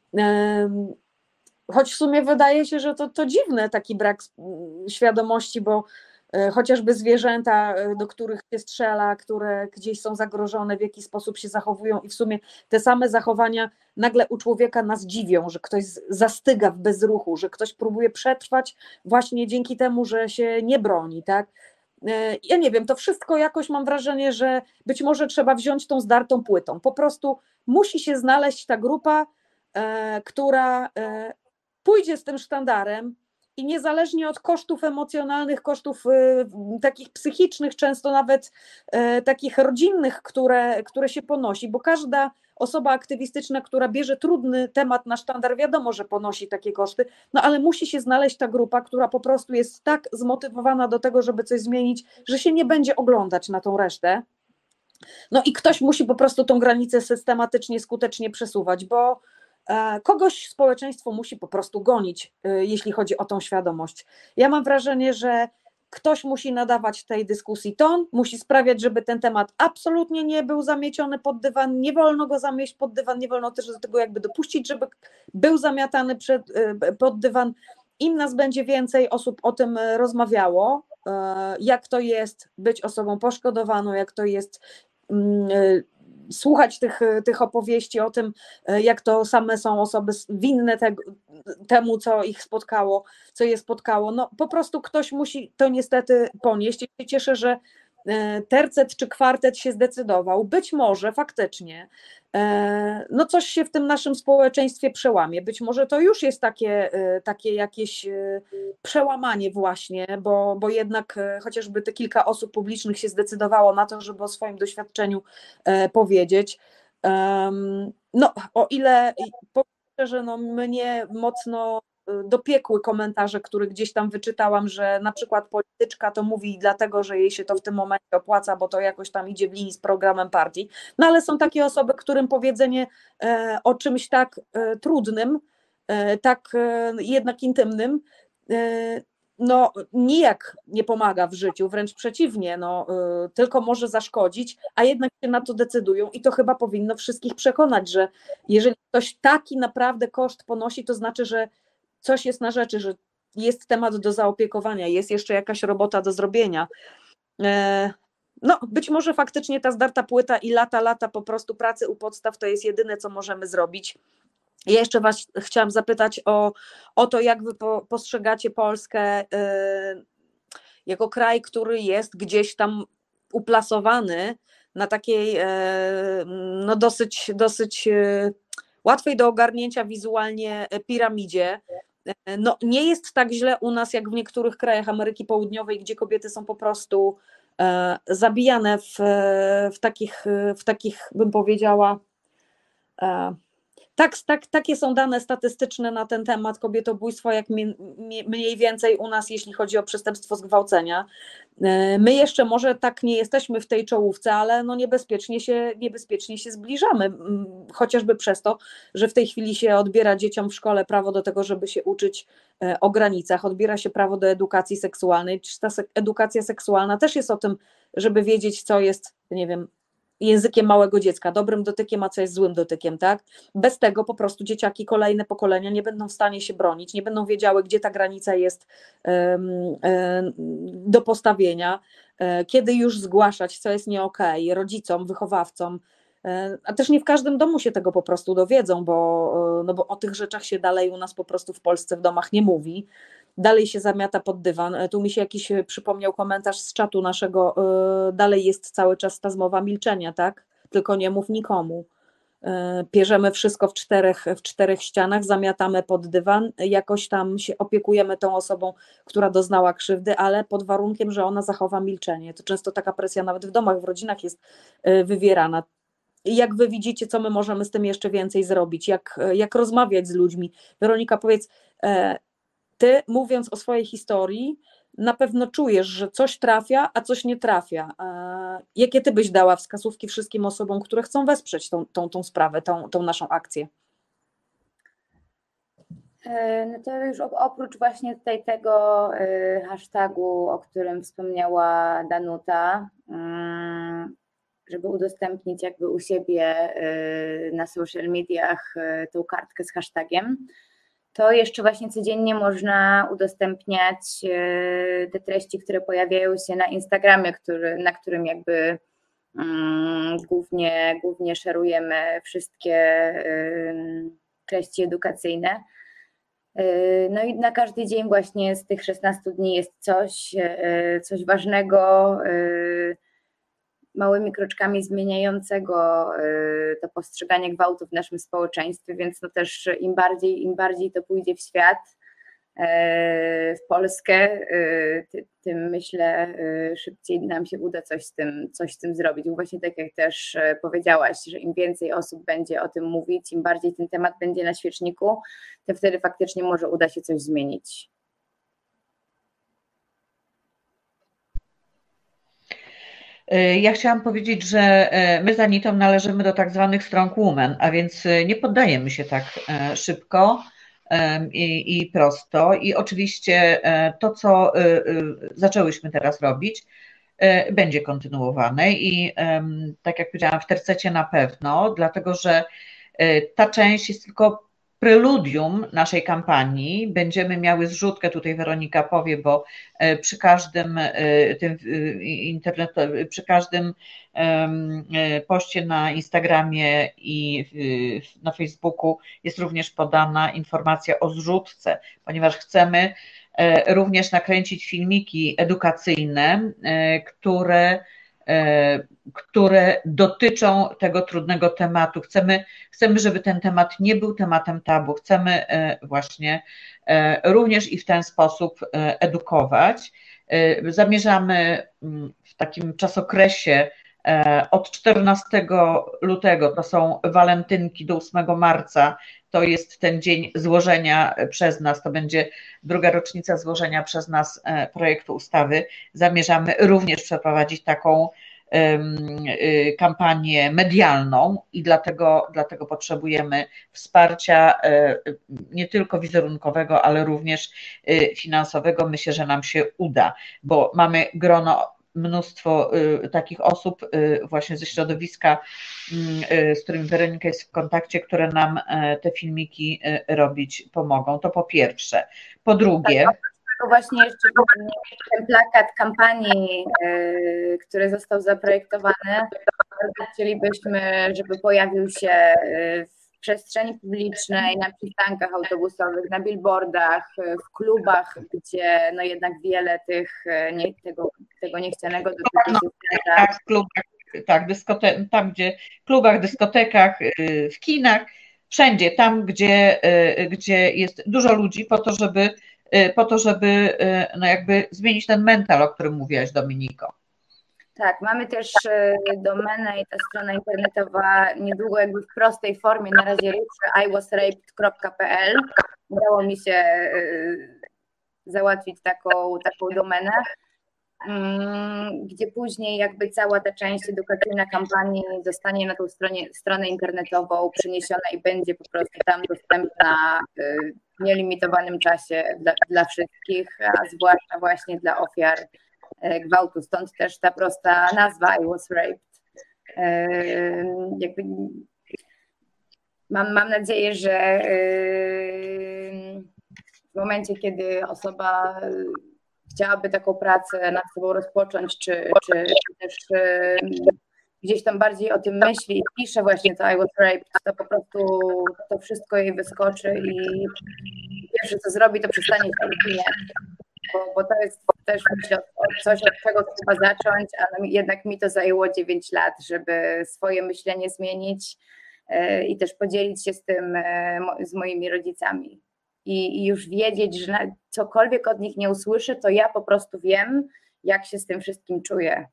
Choć w sumie wydaje się, że to, to dziwne, taki brak świadomości, bo chociażby zwierzęta, do których się strzela, które gdzieś są zagrożone, w jaki sposób się zachowują i w sumie te same zachowania nagle u człowieka nas dziwią, że ktoś zastyga w bezruchu, że ktoś próbuje przetrwać właśnie dzięki temu, że się nie broni, tak? Ja nie wiem, to wszystko jakoś mam wrażenie, że być może trzeba wziąć tą zdartą płytą. Po prostu musi się znaleźć ta grupa, e, która e, pójdzie z tym sztandarem i niezależnie od kosztów emocjonalnych, kosztów e, takich psychicznych, często nawet e, takich rodzinnych, które, które się ponosi, bo każda osoba aktywistyczna, która bierze trudny temat na sztandar, wiadomo, że ponosi takie koszty, no ale musi się znaleźć ta grupa, która po prostu jest tak zmotywowana do tego, żeby coś zmienić, że się nie będzie oglądać na tą resztę. No i ktoś musi po prostu tą granicę systematycznie, skutecznie przesuwać, bo kogoś społeczeństwo musi po prostu gonić, jeśli chodzi o tą świadomość. Ja mam wrażenie, że ktoś musi nadawać tej dyskusji ton, musi sprawiać, żeby ten temat absolutnie nie był zamieciony pod dywan, nie wolno go zamieść pod dywan, nie wolno też do tego jakby dopuścić, żeby był zamiatany przed, pod dywan. Im nas będzie więcej osób o tym rozmawiało, jak to jest być osobą poszkodowaną, jak to jest słuchać tych, tych opowieści o tym, jak to same są osoby winne tego, temu, co ich spotkało, co je spotkało. No po prostu ktoś musi to niestety ponieść. I się cieszę, że tercet czy kwartet się zdecydował. Być może faktycznie no coś się w tym naszym społeczeństwie przełamie. Być może to już jest takie, takie jakieś przełamanie właśnie, bo, bo jednak chociażby te kilka osób publicznych się zdecydowało na to, żeby o swoim doświadczeniu powiedzieć. No o ile powiem szczerze, no mnie mocno dopiekły komentarze, które gdzieś tam wyczytałam, że na przykład polityczka to mówi dlatego, że jej się to w tym momencie opłaca, bo to jakoś tam idzie w linii z programem partii. No ale są takie osoby, którym powiedzenie e, o czymś tak e, trudnym, e, tak e, jednak intymnym, e, no nijak nie pomaga w życiu, wręcz przeciwnie, no, e, tylko może zaszkodzić, a jednak się na to decydują i to chyba powinno wszystkich przekonać, że jeżeli ktoś taki naprawdę koszt ponosi, to znaczy, że coś jest na rzeczy, że jest temat do zaopiekowania, jest jeszcze jakaś robota do zrobienia. No, być może faktycznie ta zdarta płyta i lata, lata po prostu pracy u podstaw to jest jedyne, co możemy zrobić. Ja jeszcze Was chciałam zapytać o, o to, jak Wy postrzegacie Polskę jako kraj, który jest gdzieś tam uplasowany na takiej no dosyć, dosyć łatwej do ogarnięcia wizualnie piramidzie. No, nie jest tak źle u nas, jak w niektórych krajach Ameryki Południowej, gdzie kobiety są po prostu e, zabijane w, w, takich, w takich, bym powiedziała, e, tak, tak, takie są dane statystyczne na ten temat kobietobójstwa, jak mi, mi, mniej więcej u nas, jeśli chodzi o przestępstwo zgwałcenia. My jeszcze może tak nie jesteśmy w tej czołówce, ale no niebezpiecznie się, niebezpiecznie się zbliżamy, chociażby przez to, że w tej chwili się odbiera dzieciom w szkole prawo do tego, żeby się uczyć o granicach, odbiera się prawo do edukacji seksualnej. Ta edukacja seksualna też jest o tym, żeby wiedzieć, co jest, nie wiem, językiem małego dziecka, dobrym dotykiem, a co jest złym dotykiem, tak? Bez tego po prostu dzieciaki, kolejne pokolenia nie będą w stanie się bronić, nie będą wiedziały, gdzie ta granica jest um, um, do postawienia, um, kiedy już zgłaszać, co jest nie okej, rodzicom, wychowawcom, um, a też nie w każdym domu się tego po prostu dowiedzą, bo, no bo o tych rzeczach się dalej u nas po prostu w Polsce w domach nie mówi. Dalej się zamiata pod dywan. Tu mi się jakiś przypomniał komentarz z czatu naszego, yy, dalej jest cały czas ta zmowa milczenia, tak? Tylko nie mów nikomu. Yy, pierzemy wszystko w czterech, w czterech ścianach, zamiatamy pod dywan, jakoś tam się opiekujemy tą osobą, która doznała krzywdy, ale pod warunkiem, że ona zachowa milczenie. To często taka presja nawet w domach, w rodzinach jest yy, wywierana. Jak wy widzicie, co my możemy z tym jeszcze więcej zrobić? Jak, jak rozmawiać z ludźmi? Weronika, powiedz, yy, ty, mówiąc o swojej historii, na pewno czujesz, że coś trafia, a coś nie trafia. Jakie ty byś dała wskazówki wszystkim osobom, które chcą wesprzeć tą, tą, tą sprawę, tą, tą naszą akcję? No to już oprócz właśnie tutaj tego hashtagu, o którym wspomniała Danuta, żeby udostępnić jakby u siebie na social mediach tą kartkę z hashtagiem, to jeszcze właśnie codziennie można udostępniać te treści, które pojawiają się na Instagramie, który, na którym jakby um, głównie, głównie szerujemy wszystkie um, treści edukacyjne. No i na każdy dzień właśnie z tych szesnastu dni jest coś, coś ważnego, małymi kroczkami zmieniającego to postrzeganie gwałtu w naszym społeczeństwie, więc no też im bardziej, im bardziej to pójdzie w świat, w Polskę, tym myślę szybciej nam się uda coś z tym, coś z tym zrobić. Bo właśnie tak jak też powiedziałaś, że im więcej osób będzie o tym mówić, im bardziej ten temat będzie na świeczniku, to wtedy faktycznie może uda się coś zmienić. Ja chciałam powiedzieć, że my z Anitą należymy do tak zwanych strong women, a więc nie poddajemy się tak szybko i, i prosto. I oczywiście to, co zaczęłyśmy teraz robić, będzie kontynuowane i tak jak powiedziałam, w tercecie na pewno, dlatego że ta część jest tylko preludium naszej kampanii będziemy miały zrzutkę, tutaj Weronika powie, bo przy każdym tym internetu, przy każdym poście na Instagramie i na Facebooku jest również podana informacja o zrzutce, ponieważ chcemy również nakręcić filmiki edukacyjne, które które dotyczą tego trudnego tematu. Chcemy, chcemy, żeby ten temat nie był tematem tabu. Chcemy właśnie również i w ten sposób edukować. Zamierzamy w takim czasokresie od czternastego lutego, to są walentynki, do ósmego marca, to jest ten dzień złożenia przez nas, to będzie druga rocznica złożenia przez nas projektu ustawy. Zamierzamy również przeprowadzić taką kampanię medialną i dlatego, dlatego potrzebujemy wsparcia nie tylko wizerunkowego, ale również finansowego. Myślę, że nam się uda, bo mamy grono, mnóstwo takich osób właśnie ze środowiska, z którymi Weronika jest w kontakcie, które nam te filmiki robić pomogą. To po pierwsze. Po drugie... To właśnie jeszcze ten plakat kampanii, który został zaprojektowany, bardzo chcielibyśmy, żeby pojawił się w przestrzeni publicznej, na przystankach autobusowych, na billboardach, w klubach, gdzie no jednak wiele tych, nie, tego, tego niechcianego dotyczy się zdarza. Tak, w klubach, tak, dyskote- tam gdzie w klubach, dyskotekach, w kinach, wszędzie tam, gdzie, gdzie jest dużo ludzi, po to, żeby po to, żeby no jakby zmienić ten mental, o którym mówiłaś, Dominiko. Tak, mamy też domenę i ta strona internetowa niedługo jakby w prostej formie na razie ruszy i was raped kropka p l. Udało mi się załatwić taką, taką domenę, gdzie później jakby cała ta część edukacyjna kampanii zostanie na tą stronie, stronę internetową przeniesiona i będzie po prostu tam dostępna w nielimitowanym czasie dla, dla wszystkich, a zwłaszcza właśnie dla ofiar gwałtu. Stąd też ta prosta nazwa I was raped. Jakby mam, mam nadzieję, że w momencie, kiedy osoba chciałaby taką pracę nad sobą rozpocząć, czy, czy, czy też gdzieś tam bardziej o tym myśli i pisze właśnie to I was raped, to po prostu to wszystko jej wyskoczy i pierwsze co zrobi, to przestanie się rozwijać, bo, bo to jest też myślę coś, od czego trzeba zacząć, a jednak mi to zajęło dziewięć lat, żeby swoje myślenie zmienić i też podzielić się z tym z moimi rodzicami. I, i już wiedzieć, że na, cokolwiek od nich nie usłyszę, to ja po prostu wiem, jak się z tym wszystkim czuję.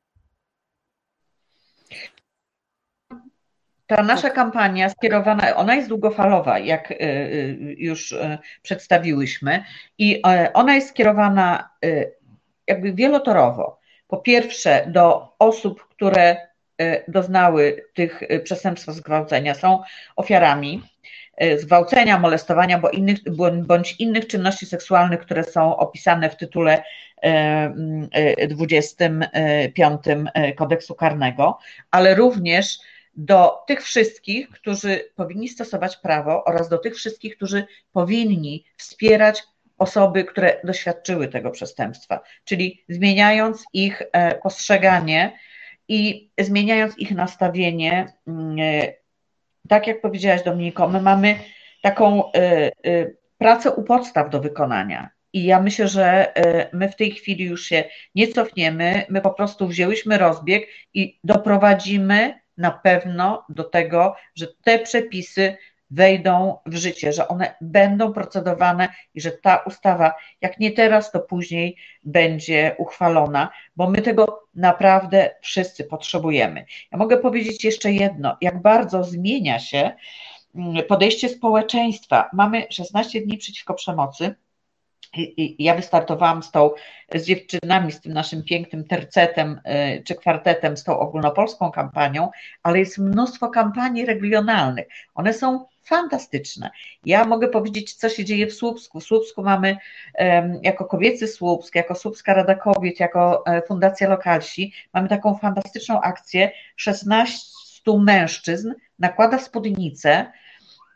Ta nasza kampania skierowana, ona jest długofalowa, jak już przedstawiłyśmy, i ona jest skierowana jakby wielotorowo. Po pierwsze do osób, które doznały tych przestępstw zgwałcenia, są ofiarami zgwałcenia, molestowania bo innych, bądź innych czynności seksualnych, które są opisane w tytule dwudziestym piątym Kodeksu Karnego, ale również do tych wszystkich, którzy powinni stosować prawo, oraz do tych wszystkich, którzy powinni wspierać osoby, które doświadczyły tego przestępstwa, czyli zmieniając ich postrzeganie i zmieniając ich nastawienie. Tak jak powiedziałaś, Dominiko, my mamy taką pracę u podstaw do wykonania i ja myślę, że my w tej chwili już się nie cofniemy, my po prostu wzięłyśmy rozbieg i doprowadzimy na pewno do tego, że te przepisy wejdą w życie, że one będą procedowane i że ta ustawa, jak nie teraz, to później będzie uchwalona, bo my tego naprawdę wszyscy potrzebujemy. Ja mogę powiedzieć jeszcze jedno, jak bardzo zmienia się podejście społeczeństwa. Mamy szesnaście dni przeciwko przemocy. I ja wystartowałam z tą, z dziewczynami, z tym naszym pięknym tercetem czy kwartetem, z tą ogólnopolską kampanią, ale jest mnóstwo kampanii regionalnych. One są fantastyczne. Ja mogę powiedzieć, co się dzieje w Słupsku. W Słupsku mamy jako Kobiecy Słupsk, jako Słupska Rada Kobiet, jako Fundacja Lokalsi, mamy taką fantastyczną akcję. szesnastu mężczyzn nakłada spódnicę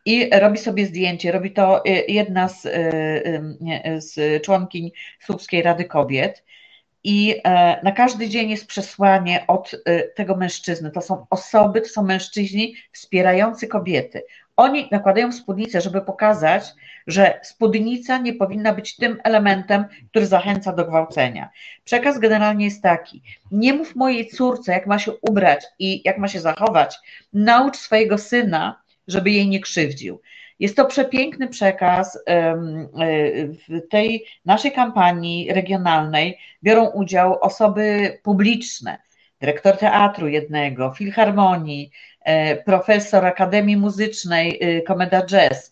i robi sobie zdjęcie. Robi to jedna z, z członkiń Słupskiej Rady Kobiet i na każdy dzień jest przesłanie od tego mężczyzny. To są osoby, to są mężczyźni wspierający kobiety. Oni nakładają spódnicę, żeby pokazać, że spódnica nie powinna być tym elementem, który zachęca do gwałcenia. Przekaz generalnie jest taki: nie mów mojej córce, jak ma się ubrać i jak ma się zachować, naucz swojego syna, żeby jej nie krzywdził. Jest to przepiękny przekaz. W tej naszej kampanii regionalnej biorą udział osoby publiczne, dyrektor teatru jednego, filharmonii, profesor Akademii Muzycznej Komeda Jazz.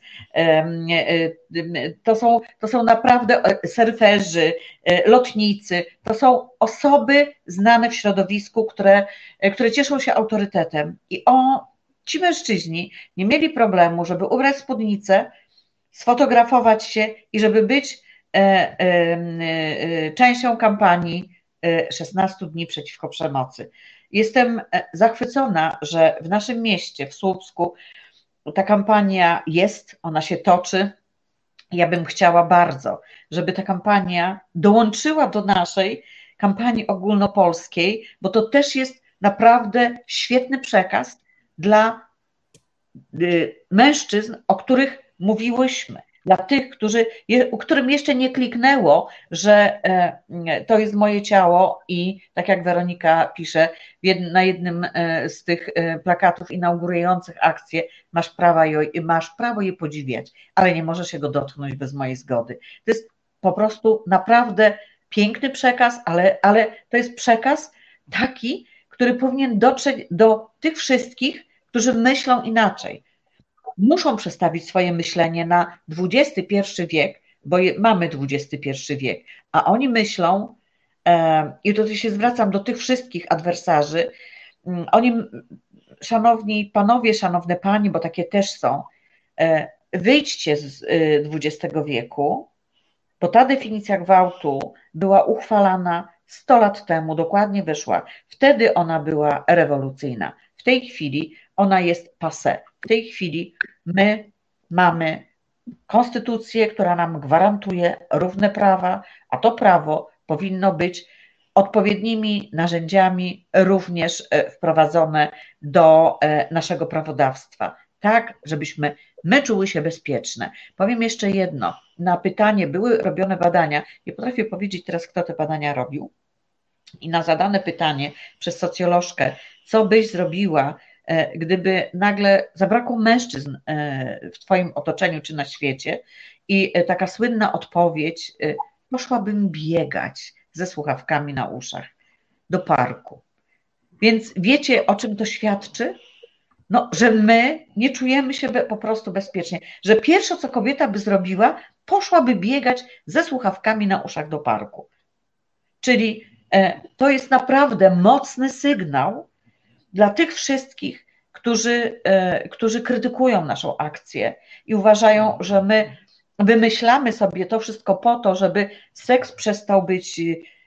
To są, to są naprawdę surferzy, lotnicy, to są osoby znane w środowisku, które, które cieszą się autorytetem i o, ci mężczyźni nie mieli problemu, żeby ubrać spódnicę, sfotografować się i żeby być częścią kampanii szesnastu dni przeciwko przemocy. Jestem zachwycona, że w naszym mieście, w Słupsku, ta kampania jest, ona się toczy. Ja bym chciała bardzo, żeby ta kampania dołączyła do naszej kampanii ogólnopolskiej, bo to też jest naprawdę świetny przekaz dla mężczyzn, o których mówiłyśmy. Dla tych, którzy, u którym jeszcze nie kliknęło, że to jest moje ciało i tak jak Weronika pisze na jednym z tych plakatów inaugurujących akcję, masz, prawa je, masz prawo je podziwiać, ale nie możesz się go dotknąć bez mojej zgody. To jest po prostu naprawdę piękny przekaz, ale, ale to jest przekaz taki, który powinien dotrzeć do tych wszystkich, którzy myślą inaczej. Muszą przestawić swoje myślenie na dwudziesty pierwszy wiek, bo mamy dwudziesty pierwszy wiek, a oni myślą, i tutaj się zwracam do tych wszystkich adwersarzy, oni, szanowni panowie, szanowne panie, bo takie też są, wyjdźcie z dwudziestego wieku, bo ta definicja gwałtu była uchwalana sto lat temu, dokładnie wyszła. Wtedy ona była rewolucyjna. W tej chwili ona jest passé. W tej chwili my mamy konstytucję, która nam gwarantuje równe prawa, a to prawo powinno być odpowiednimi narzędziami również wprowadzone do naszego prawodawstwa, tak, żebyśmy my czuły się bezpieczne. Powiem jeszcze jedno, na pytanie, były robione badania, nie potrafię powiedzieć teraz, kto te badania robił, i na zadane pytanie przez socjolożkę, co byś zrobiła, gdyby nagle zabrakło mężczyzn w twoim otoczeniu czy na świecie, i taka słynna odpowiedź: poszłabym biegać ze słuchawkami na uszach do parku. Więc wiecie, o czym to świadczy? No, że my nie czujemy się po prostu bezpiecznie, że pierwsze, co kobieta by zrobiła, poszłaby biegać ze słuchawkami na uszach do parku. Czyli to jest naprawdę mocny sygnał dla tych wszystkich, którzy, którzy krytykują naszą akcję i uważają, że my wymyślamy sobie to wszystko po to, żeby seks przestał być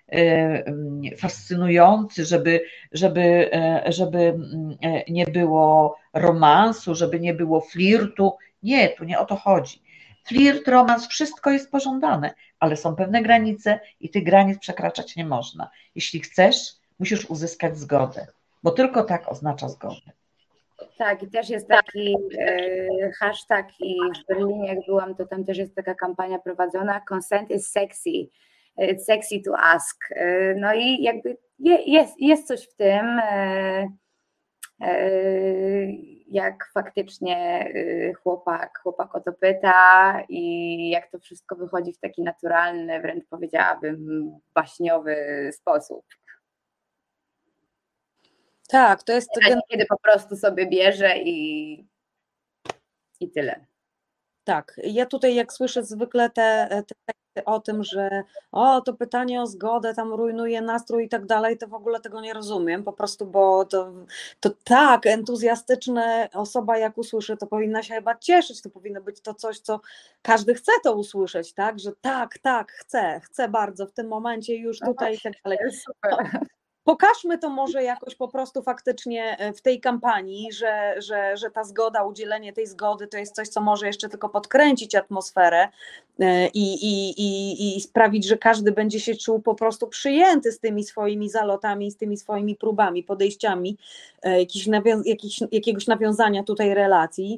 fascynujący, żeby, żeby, żeby nie było romansu, żeby nie było flirtu. Nie, tu nie o to chodzi. Flirt, romans, wszystko jest pożądane, ale są pewne granice i tych granic przekraczać nie można. Jeśli chcesz, musisz uzyskać zgodę, bo tylko tak oznacza zgodę. Tak, i też jest taki e, hashtag, i w Berlinie jak byłam, to tam też jest taka kampania prowadzona, consent is sexy, it's sexy to ask. E, no i jakby je, jest, jest coś w tym, e, e, jak faktycznie chłopak, chłopak o to pyta i jak to wszystko wychodzi w taki naturalny, wręcz powiedziałabym baśniowy sposób. Tak, to jest... Kiedy, kiedy po prostu sobie bierze i, i tyle. Tak, ja tutaj jak słyszę zwykle te, te teksty o tym, że o, to pytanie o zgodę tam rujnuje nastrój i tak dalej, to w ogóle tego nie rozumiem, po prostu, bo to, to tak entuzjastyczna osoba jak usłyszy, to powinna się chyba cieszyć, to powinno być to coś, co każdy chce to usłyszeć, tak, że tak, tak, chcę, chcę bardzo w tym momencie już tutaj i tak dalej. Super. pokażmy to może jakoś po prostu faktycznie w tej kampanii, że, że, że ta zgoda, udzielenie tej zgody to jest coś, co może jeszcze tylko podkręcić atmosferę i, i, i, i sprawić, że każdy będzie się czuł po prostu przyjęty z tymi swoimi zalotami, z tymi swoimi próbami, podejściami, jakiś nawią- jakiś, jakiegoś nawiązania tutaj relacji.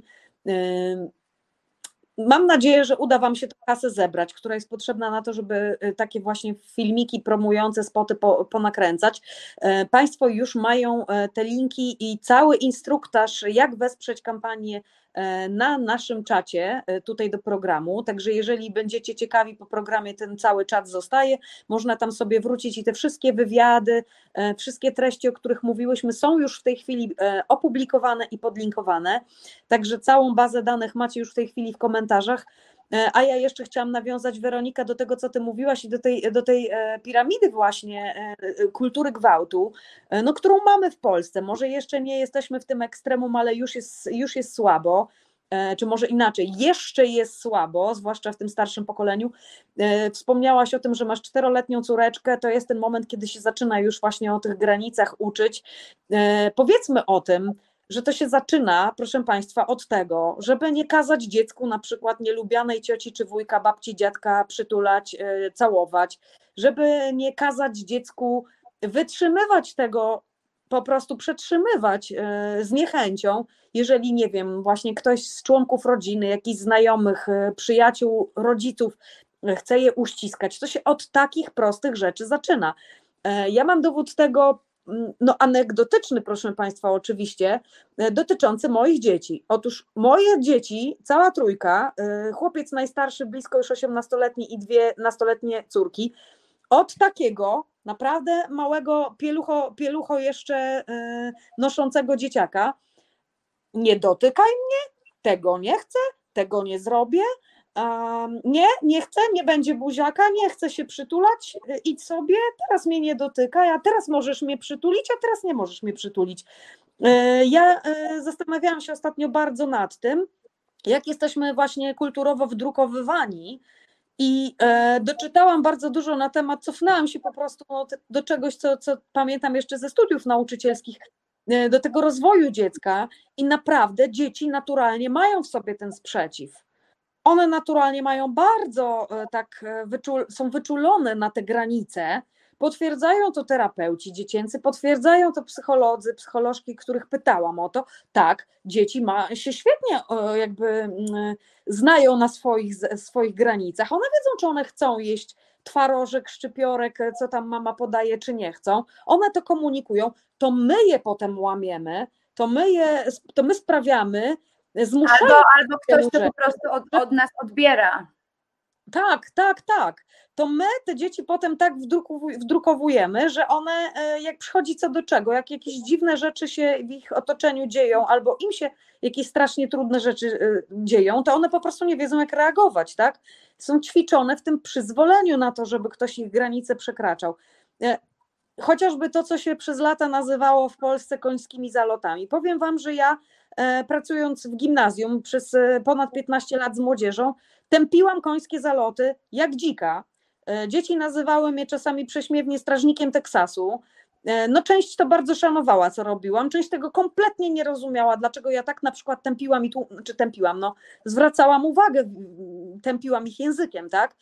Mam nadzieję, że uda Wam się tę kasę zebrać, która jest potrzebna na to, żeby takie właśnie filmiki promujące, spoty po, ponakręcać. Państwo już mają te linki i cały instruktaż, jak wesprzeć kampanię na naszym czacie tutaj do programu, także jeżeli będziecie ciekawi po programie, ten cały czat zostaje, można tam sobie wrócić i te wszystkie wywiady, wszystkie treści, o których mówiłyśmy, są już w tej chwili opublikowane i podlinkowane, także całą bazę danych macie już w tej chwili w komentarzach. A ja jeszcze chciałam nawiązać, Weronika, do tego, co ty mówiłaś i do tej, do tej piramidy właśnie kultury gwałtu, no, którą mamy w Polsce. Może jeszcze nie jesteśmy w tym ekstremum, ale już jest, już jest słabo, czy może inaczej, jeszcze jest słabo, zwłaszcza w tym starszym pokoleniu. Wspomniałaś o tym, że masz czteroletnią córeczkę, to jest ten moment, kiedy się zaczyna już właśnie o tych granicach uczyć. Powiedzmy o tym, że to się zaczyna, proszę Państwa, od tego, żeby nie kazać dziecku na przykład nielubianej cioci czy wujka, babci, dziadka przytulać, całować, żeby nie kazać dziecku wytrzymywać tego, po prostu przetrzymywać z niechęcią, jeżeli, nie wiem, właśnie ktoś z członków rodziny, jakichś znajomych, przyjaciół, rodziców chce je uściskać. To się od takich prostych rzeczy zaczyna. Ja mam dowód tego, no anegdotyczny, proszę Państwa, oczywiście, dotyczący moich dzieci. Otóż moje dzieci, cała trójka, chłopiec najstarszy, blisko już osiemnastoletni i dwie nastoletnie córki, od takiego naprawdę małego pielucho, pielucho jeszcze noszącego dzieciaka, nie dotykaj mnie, tego nie chcę, tego nie zrobię, Um, nie, nie chcę, nie będzie buziaka, nie chcę się przytulać, idź sobie, teraz mnie nie dotykaj, a teraz możesz mnie przytulić, a teraz nie możesz mnie przytulić. Ja zastanawiałam się ostatnio bardzo nad tym, jak jesteśmy właśnie kulturowo wdrukowywani i doczytałam bardzo dużo na temat, cofnęłam się po prostu do czegoś, co, co pamiętam jeszcze ze studiów nauczycielskich, do tego rozwoju dziecka i naprawdę dzieci naturalnie mają w sobie ten sprzeciw. One naturalnie mają bardzo tak, wyczul, są wyczulone na te granice, potwierdzają to terapeuci dziecięcy, potwierdzają to psycholodzy, psycholożki, których pytałam o to. Tak, dzieci ma, się świetnie jakby znają na swoich, swoich granicach. One wiedzą, czy one chcą jeść twarożek, szczypiorek, co tam mama podaje, czy nie chcą. One to komunikują, to my je potem łamiemy, to my, je, to my sprawiamy, Albo, albo ktoś to po prostu od, od nas odbiera. Tak, tak, tak. To my te dzieci potem tak wdrukowujemy, że one jak przychodzi co do czego, jak jakieś dziwne rzeczy się w ich otoczeniu dzieją, albo im się jakieś strasznie trudne rzeczy dzieją, to one po prostu nie wiedzą, jak reagować, tak? Są ćwiczone w tym przyzwoleniu na to, żeby ktoś ich granice przekraczał. Chociażby to, co się przez lata nazywało w Polsce końskimi zalotami. Powiem Wam, że ja pracując w gimnazjum przez ponad piętnaście lat z młodzieżą, tępiłam końskie zaloty jak dzika. Dzieci nazywały mnie czasami prześmiewnie strażnikiem Teksasu. No część to bardzo szanowała, co robiłam, część tego kompletnie nie rozumiała, dlaczego ja tak na przykład tępiłam i tu, czy tępiłam, no zwracałam uwagę, tępiłam ich językiem, tak,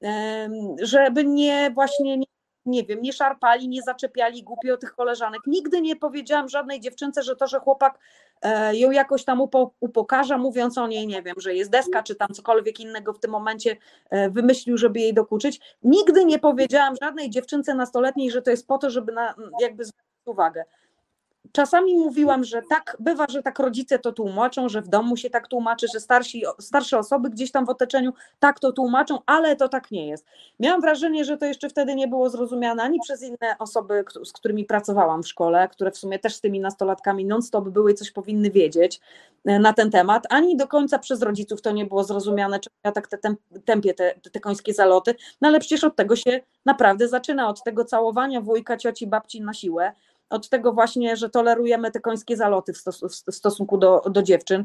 żeby nie właśnie nie nie wiem, nie szarpali, nie zaczepiali głupio tych koleżanek. Nigdy nie powiedziałam żadnej dziewczynce, że to, że chłopak ją jakoś tam upo, upokarza, mówiąc o niej, nie wiem, że jest deska, czy tam cokolwiek innego w tym momencie wymyślił, żeby jej dokuczyć. Nigdy nie powiedziałam żadnej dziewczynce nastoletniej, że to jest po to, żeby na, jakby zwrócić uwagę. Czasami mówiłam, że tak, bywa, że tak rodzice to tłumaczą, że w domu się tak tłumaczy, że starsi, starsze osoby gdzieś tam w otoczeniu tak to tłumaczą, ale to tak nie jest. Miałam wrażenie, że to jeszcze wtedy nie było zrozumiane ani przez inne osoby, z którymi pracowałam w szkole, które w sumie też z tymi nastolatkami non-stop były i coś powinny wiedzieć na ten temat, ani do końca przez rodziców to nie było zrozumiane, czy ja tak te tępię te, te końskie zaloty, no ale przecież od tego się naprawdę zaczyna, od tego całowania wujka, cioci, babci na siłę, od tego właśnie, że tolerujemy te końskie zaloty w, stos w stosunku do, do dziewczyn.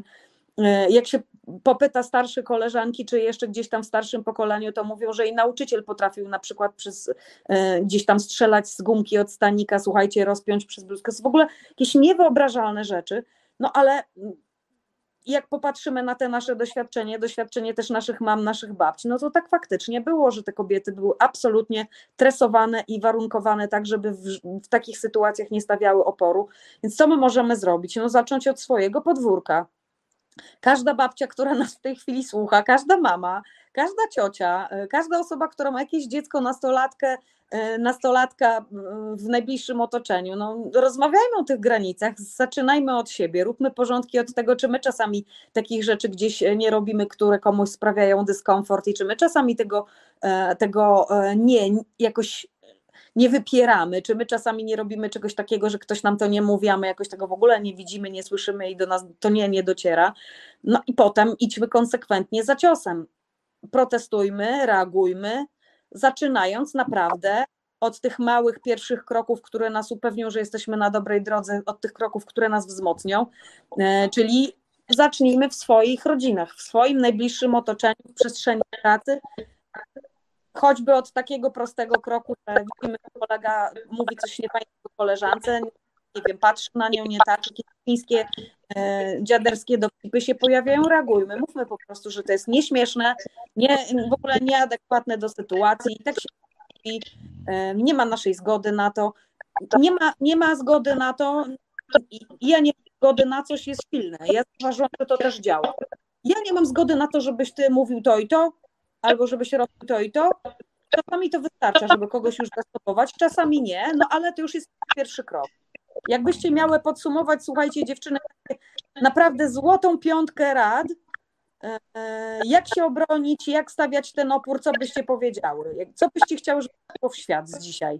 jak się popyta starsze koleżanki, czy jeszcze gdzieś tam w starszym pokoleniu, to mówią, że i nauczyciel potrafił na przykład przez gdzieś tam strzelać z gumki od stanika, słuchajcie, rozpiąć przez bluzkę. To jest w ogóle jakieś niewyobrażalne rzeczy, no ale jak popatrzymy na te nasze doświadczenie, doświadczenie też naszych mam, naszych babci, no to tak faktycznie było, że te kobiety były absolutnie tresowane i warunkowane tak, żeby w, w takich sytuacjach nie stawiały oporu. Więc co my możemy zrobić? No zacząć od swojego podwórka. Każda babcia, która nas w tej chwili słucha, każda mama, każda ciocia, każda osoba, która ma jakieś dziecko, nastolatkę, nastolatka w najbliższym otoczeniu, no rozmawiajmy o tych granicach, zaczynajmy od siebie, róbmy porządki od tego, czy my czasami takich rzeczy gdzieś nie robimy, które komuś sprawiają dyskomfort i czy my czasami tego, tego nie jakoś nie wypieramy, czy my czasami nie robimy czegoś takiego, że ktoś nam to nie mówi, a my jakoś tego w ogóle nie widzimy, nie słyszymy i do nas to nie, nie dociera. No i potem idźmy konsekwentnie za ciosem. Protestujmy, reagujmy, zaczynając naprawdę od tych małych pierwszych kroków, które nas upewnią, że jesteśmy na dobrej drodze, od tych kroków, które nas wzmocnią, czyli zacznijmy w swoich rodzinach, w swoim najbliższym otoczeniu, w przestrzeni pracy, choćby od takiego prostego kroku, że widzimy, że kolega mówi coś niefajnego koleżance, nie wiem, patrzy na nią nie tak, jakieś chińskie, e, dziaderskie dowcipy się pojawiają, reagujmy, mówmy po prostu, że to jest nieśmieszne, nie, w ogóle nieadekwatne do sytuacji i tak się mówi, e, nie ma naszej zgody na to, nie ma, nie ma zgody na to i ja nie mam zgody na coś jest silne, ja zauważyłam, że to też działa. Ja nie mam zgody na to, żebyś ty mówił to i to, albo żebyś robił to i to, czasami to wystarcza, żeby kogoś już zastopować, czasami nie, no ale to już jest pierwszy krok. Jakbyście miały podsumować, słuchajcie dziewczyny, naprawdę złotą piątkę rad, jak się obronić, jak stawiać ten opór, co byście powiedziały? Co byście chciały, żeby było w świat z dzisiaj?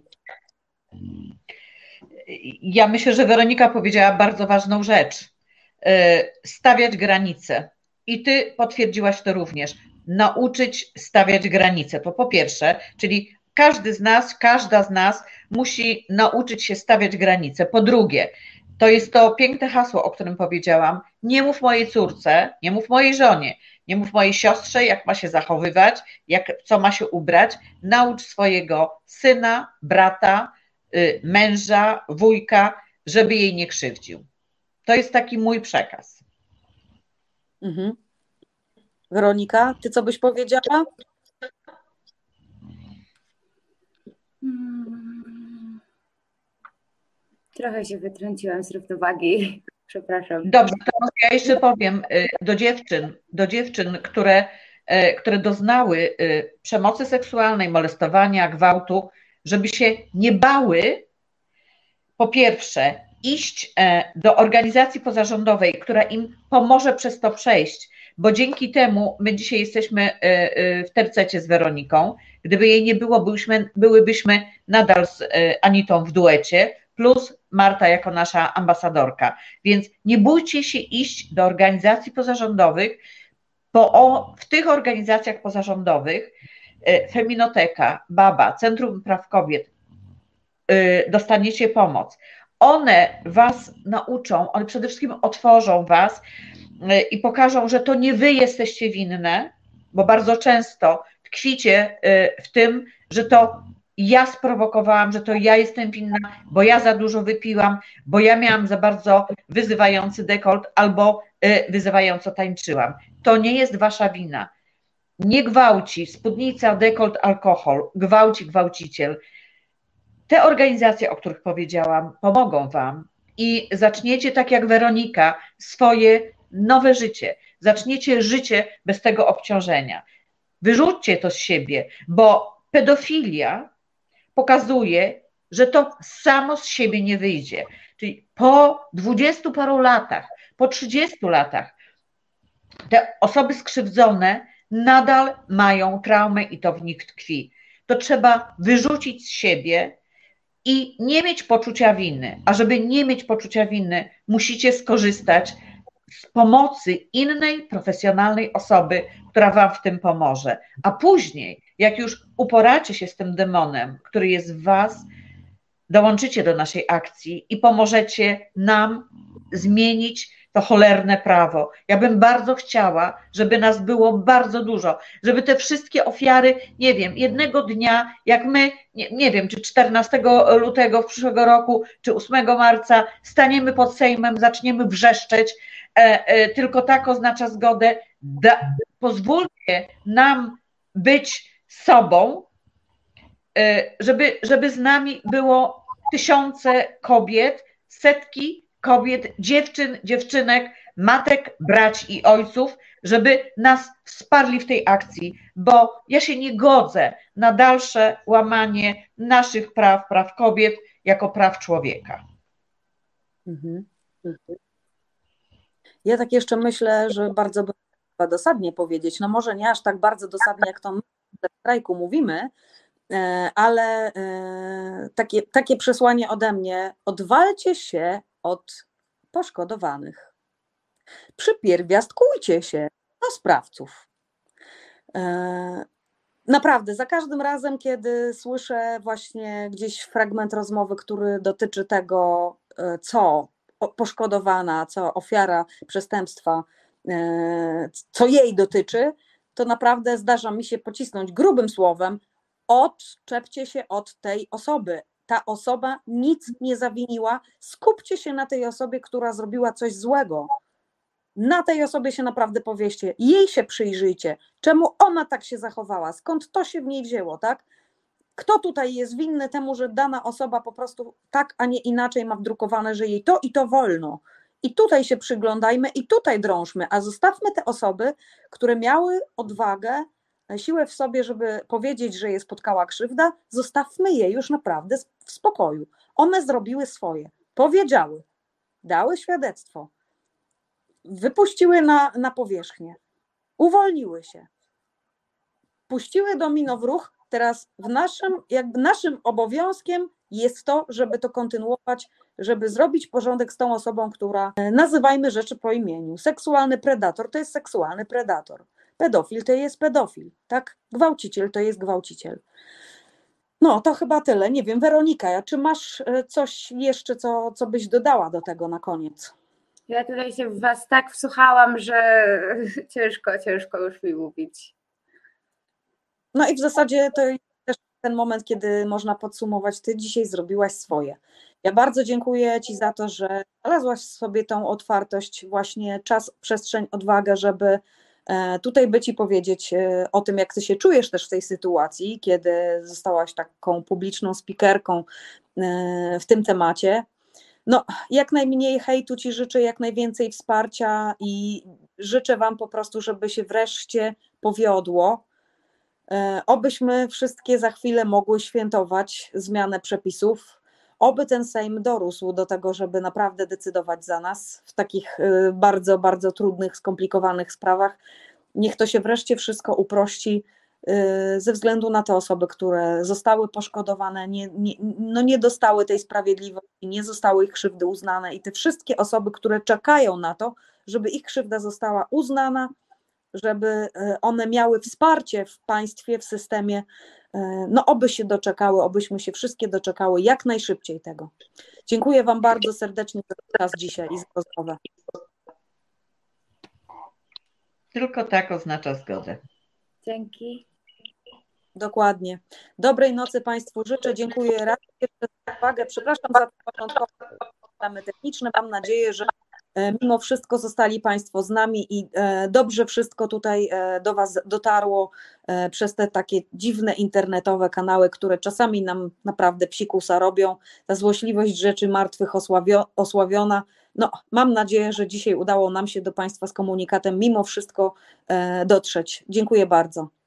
Ja myślę, że Weronika powiedziała bardzo ważną rzecz. Stawiać granice. I ty potwierdziłaś to również. Nauczyć stawiać granice. To po pierwsze, czyli każdy z nas, każda z nas musi nauczyć się stawiać granice. Po drugie, to jest to piękne hasło, o którym powiedziałam. Nie mów mojej córce, nie mów mojej żonie, nie mów mojej siostrze, jak ma się zachowywać, jak, co ma się ubrać. Naucz swojego syna, brata, męża, wujka, żeby jej nie krzywdził. To jest taki mój przekaz. Mhm. Weronika, ty co byś powiedziała? Hmm. Trochę się wytrąciłam z równowagi. Przepraszam. Dobrze, to ja jeszcze powiem do dziewczyn, do dziewczyn, które, które doznały przemocy seksualnej, molestowania, gwałtu, żeby się nie bały, po pierwsze, iść do organizacji pozarządowej, która im pomoże przez to przejść, bo dzięki temu my dzisiaj jesteśmy w tercecie z Weroniką. Gdyby jej nie było, byłyśmy, byłybyśmy nadal z Anitą w duecie, plus Marta jako nasza ambasadorka. Więc nie bójcie się iść do organizacji pozarządowych, bo o, w tych organizacjach pozarządowych Feminoteka, Baba, Centrum Praw Kobiet, dostaniecie pomoc. One was nauczą, one przede wszystkim otworzą was i pokażą, że to nie wy jesteście winne, bo bardzo często tkwicie w tym, że to ja sprowokowałam, że to ja jestem winna, bo ja za dużo wypiłam, bo ja miałam za bardzo wyzywający dekolt albo wyzywająco tańczyłam. To nie jest wasza wina. Nie gwałci, spódnica, dekolt, alkohol, gwałci gwałciciel. Te organizacje, o których powiedziałam, pomogą wam i zaczniecie tak jak Weronika swoje nowe życie. Zaczniecie życie bez tego obciążenia. Wyrzućcie to z siebie, bo pedofilia pokazuje, że to samo z siebie nie wyjdzie. Czyli po dwudziestu paru latach, po trzydziestu latach te osoby skrzywdzone nadal mają traumę i to w nich tkwi. To trzeba wyrzucić z siebie i nie mieć poczucia winy. A żeby nie mieć poczucia winy, musicie skorzystać z pomocy innej profesjonalnej osoby, która wam w tym pomoże. A później, jak już uporacie się z tym demonem, który jest w was, dołączycie do naszej akcji i pomożecie nam zmienić to cholerne prawo. Ja bym bardzo chciała, żeby nas było bardzo dużo, żeby te wszystkie ofiary, nie wiem, jednego dnia, jak my, nie, nie wiem, czy czternastego lutego przyszłego roku, czy ósmego marca staniemy pod Sejmem, zaczniemy wrzeszczeć, e, e, tylko tak oznacza zgodę, da, pozwólcie nam być sobą, e, żeby, żeby z nami było tysiące kobiet, setki kobiet, dziewczyn, dziewczynek, matek, braci i ojców, żeby nas wsparli w tej akcji, bo ja się nie godzę na dalsze łamanie naszych praw, praw kobiet jako praw człowieka. Mhm. Ja tak jeszcze myślę, że bardzo by trzeba dosadnie powiedzieć, no może nie aż tak bardzo dosadnie, jak to my w strajku mówimy, ale takie, takie przesłanie ode mnie: odwalcie się od poszkodowanych. Przypierwiastkujcie się do sprawców. Naprawdę, za każdym razem, kiedy słyszę właśnie gdzieś fragment rozmowy, który dotyczy tego, co poszkodowana, co ofiara przestępstwa, co jej dotyczy, to naprawdę zdarza mi się pocisnąć grubym słowem: odczepcie się od tej osoby. Ta osoba nic nie zawiniła. Skupcie się na tej osobie, która zrobiła coś złego. Na tej osobie się naprawdę powieście. Jej się przyjrzyjcie. Czemu ona tak się zachowała? Skąd to się w niej wzięło, tak? Kto tutaj jest winny temu, że dana osoba po prostu tak, a nie inaczej ma wdrukowane, że jej to i to wolno. I tutaj się przyglądajmy i tutaj drążmy, a zostawmy te osoby, które miały odwagę, siłę w sobie, żeby powiedzieć, że je spotkała krzywda, zostawmy je już naprawdę w spokoju. One zrobiły swoje, powiedziały, dały świadectwo, wypuściły na, na powierzchnię, uwolniły się, puściły domino w ruch. Teraz w naszym, jakby naszym obowiązkiem jest to, żeby to kontynuować, żeby zrobić porządek z tą osobą, która, nazywajmy rzeczy po imieniu. Seksualny predator to jest seksualny predator. Pedofil to jest pedofil, tak? Gwałciciel to jest gwałciciel. No, to chyba tyle. Nie wiem, Weronika, czy masz coś jeszcze, co, co byś dodała do tego na koniec? Ja tutaj się w was tak wsłuchałam, że ciężko, ciężko już mi mówić. No i w zasadzie to jest też ten moment, kiedy można podsumować: ty dzisiaj zrobiłaś swoje. Ja bardzo dziękuję ci za to, że znalazłaś sobie tą otwartość, właśnie czas, przestrzeń, odwagę, żeby tutaj być i powiedzieć o tym, jak ty się czujesz też w tej sytuacji, kiedy zostałaś taką publiczną speakerką w tym temacie. No, jak najmniej hejtu ci życzę, jak najwięcej wsparcia i życzę wam po prostu, żeby się wreszcie powiodło. Obyśmy wszystkie za chwilę mogły świętować zmianę przepisów. Oby ten Sejm dorósł do tego, żeby naprawdę decydować za nas w takich bardzo, bardzo trudnych, skomplikowanych sprawach. Niech to się wreszcie wszystko uprości ze względu na te osoby, które zostały poszkodowane, nie, nie, no nie dostały tej sprawiedliwości, nie zostały ich krzywdy uznane i te wszystkie osoby, które czekają na to, żeby ich krzywda została uznana, żeby one miały wsparcie w państwie, w systemie, no oby się doczekały, obyśmy się wszystkie doczekały jak najszybciej tego. Dziękuję wam bardzo serdecznie za czas dzisiaj i za rozmowę. Tylko tak oznacza zgodę. Dzięki. Dokładnie. Dobrej nocy państwu życzę. Dziękuję raz jeszcze za uwagę. Przepraszam za te początkowe problemy techniczne. Mam nadzieję, że mimo wszystko zostali państwo z nami i dobrze wszystko tutaj do was dotarło przez te takie dziwne internetowe kanały, które czasami nam naprawdę psikusa robią. Ta złośliwość rzeczy martwych osławio- osławiona. No, mam nadzieję, że dzisiaj udało nam się do państwa z komunikatem mimo wszystko dotrzeć. Dziękuję bardzo.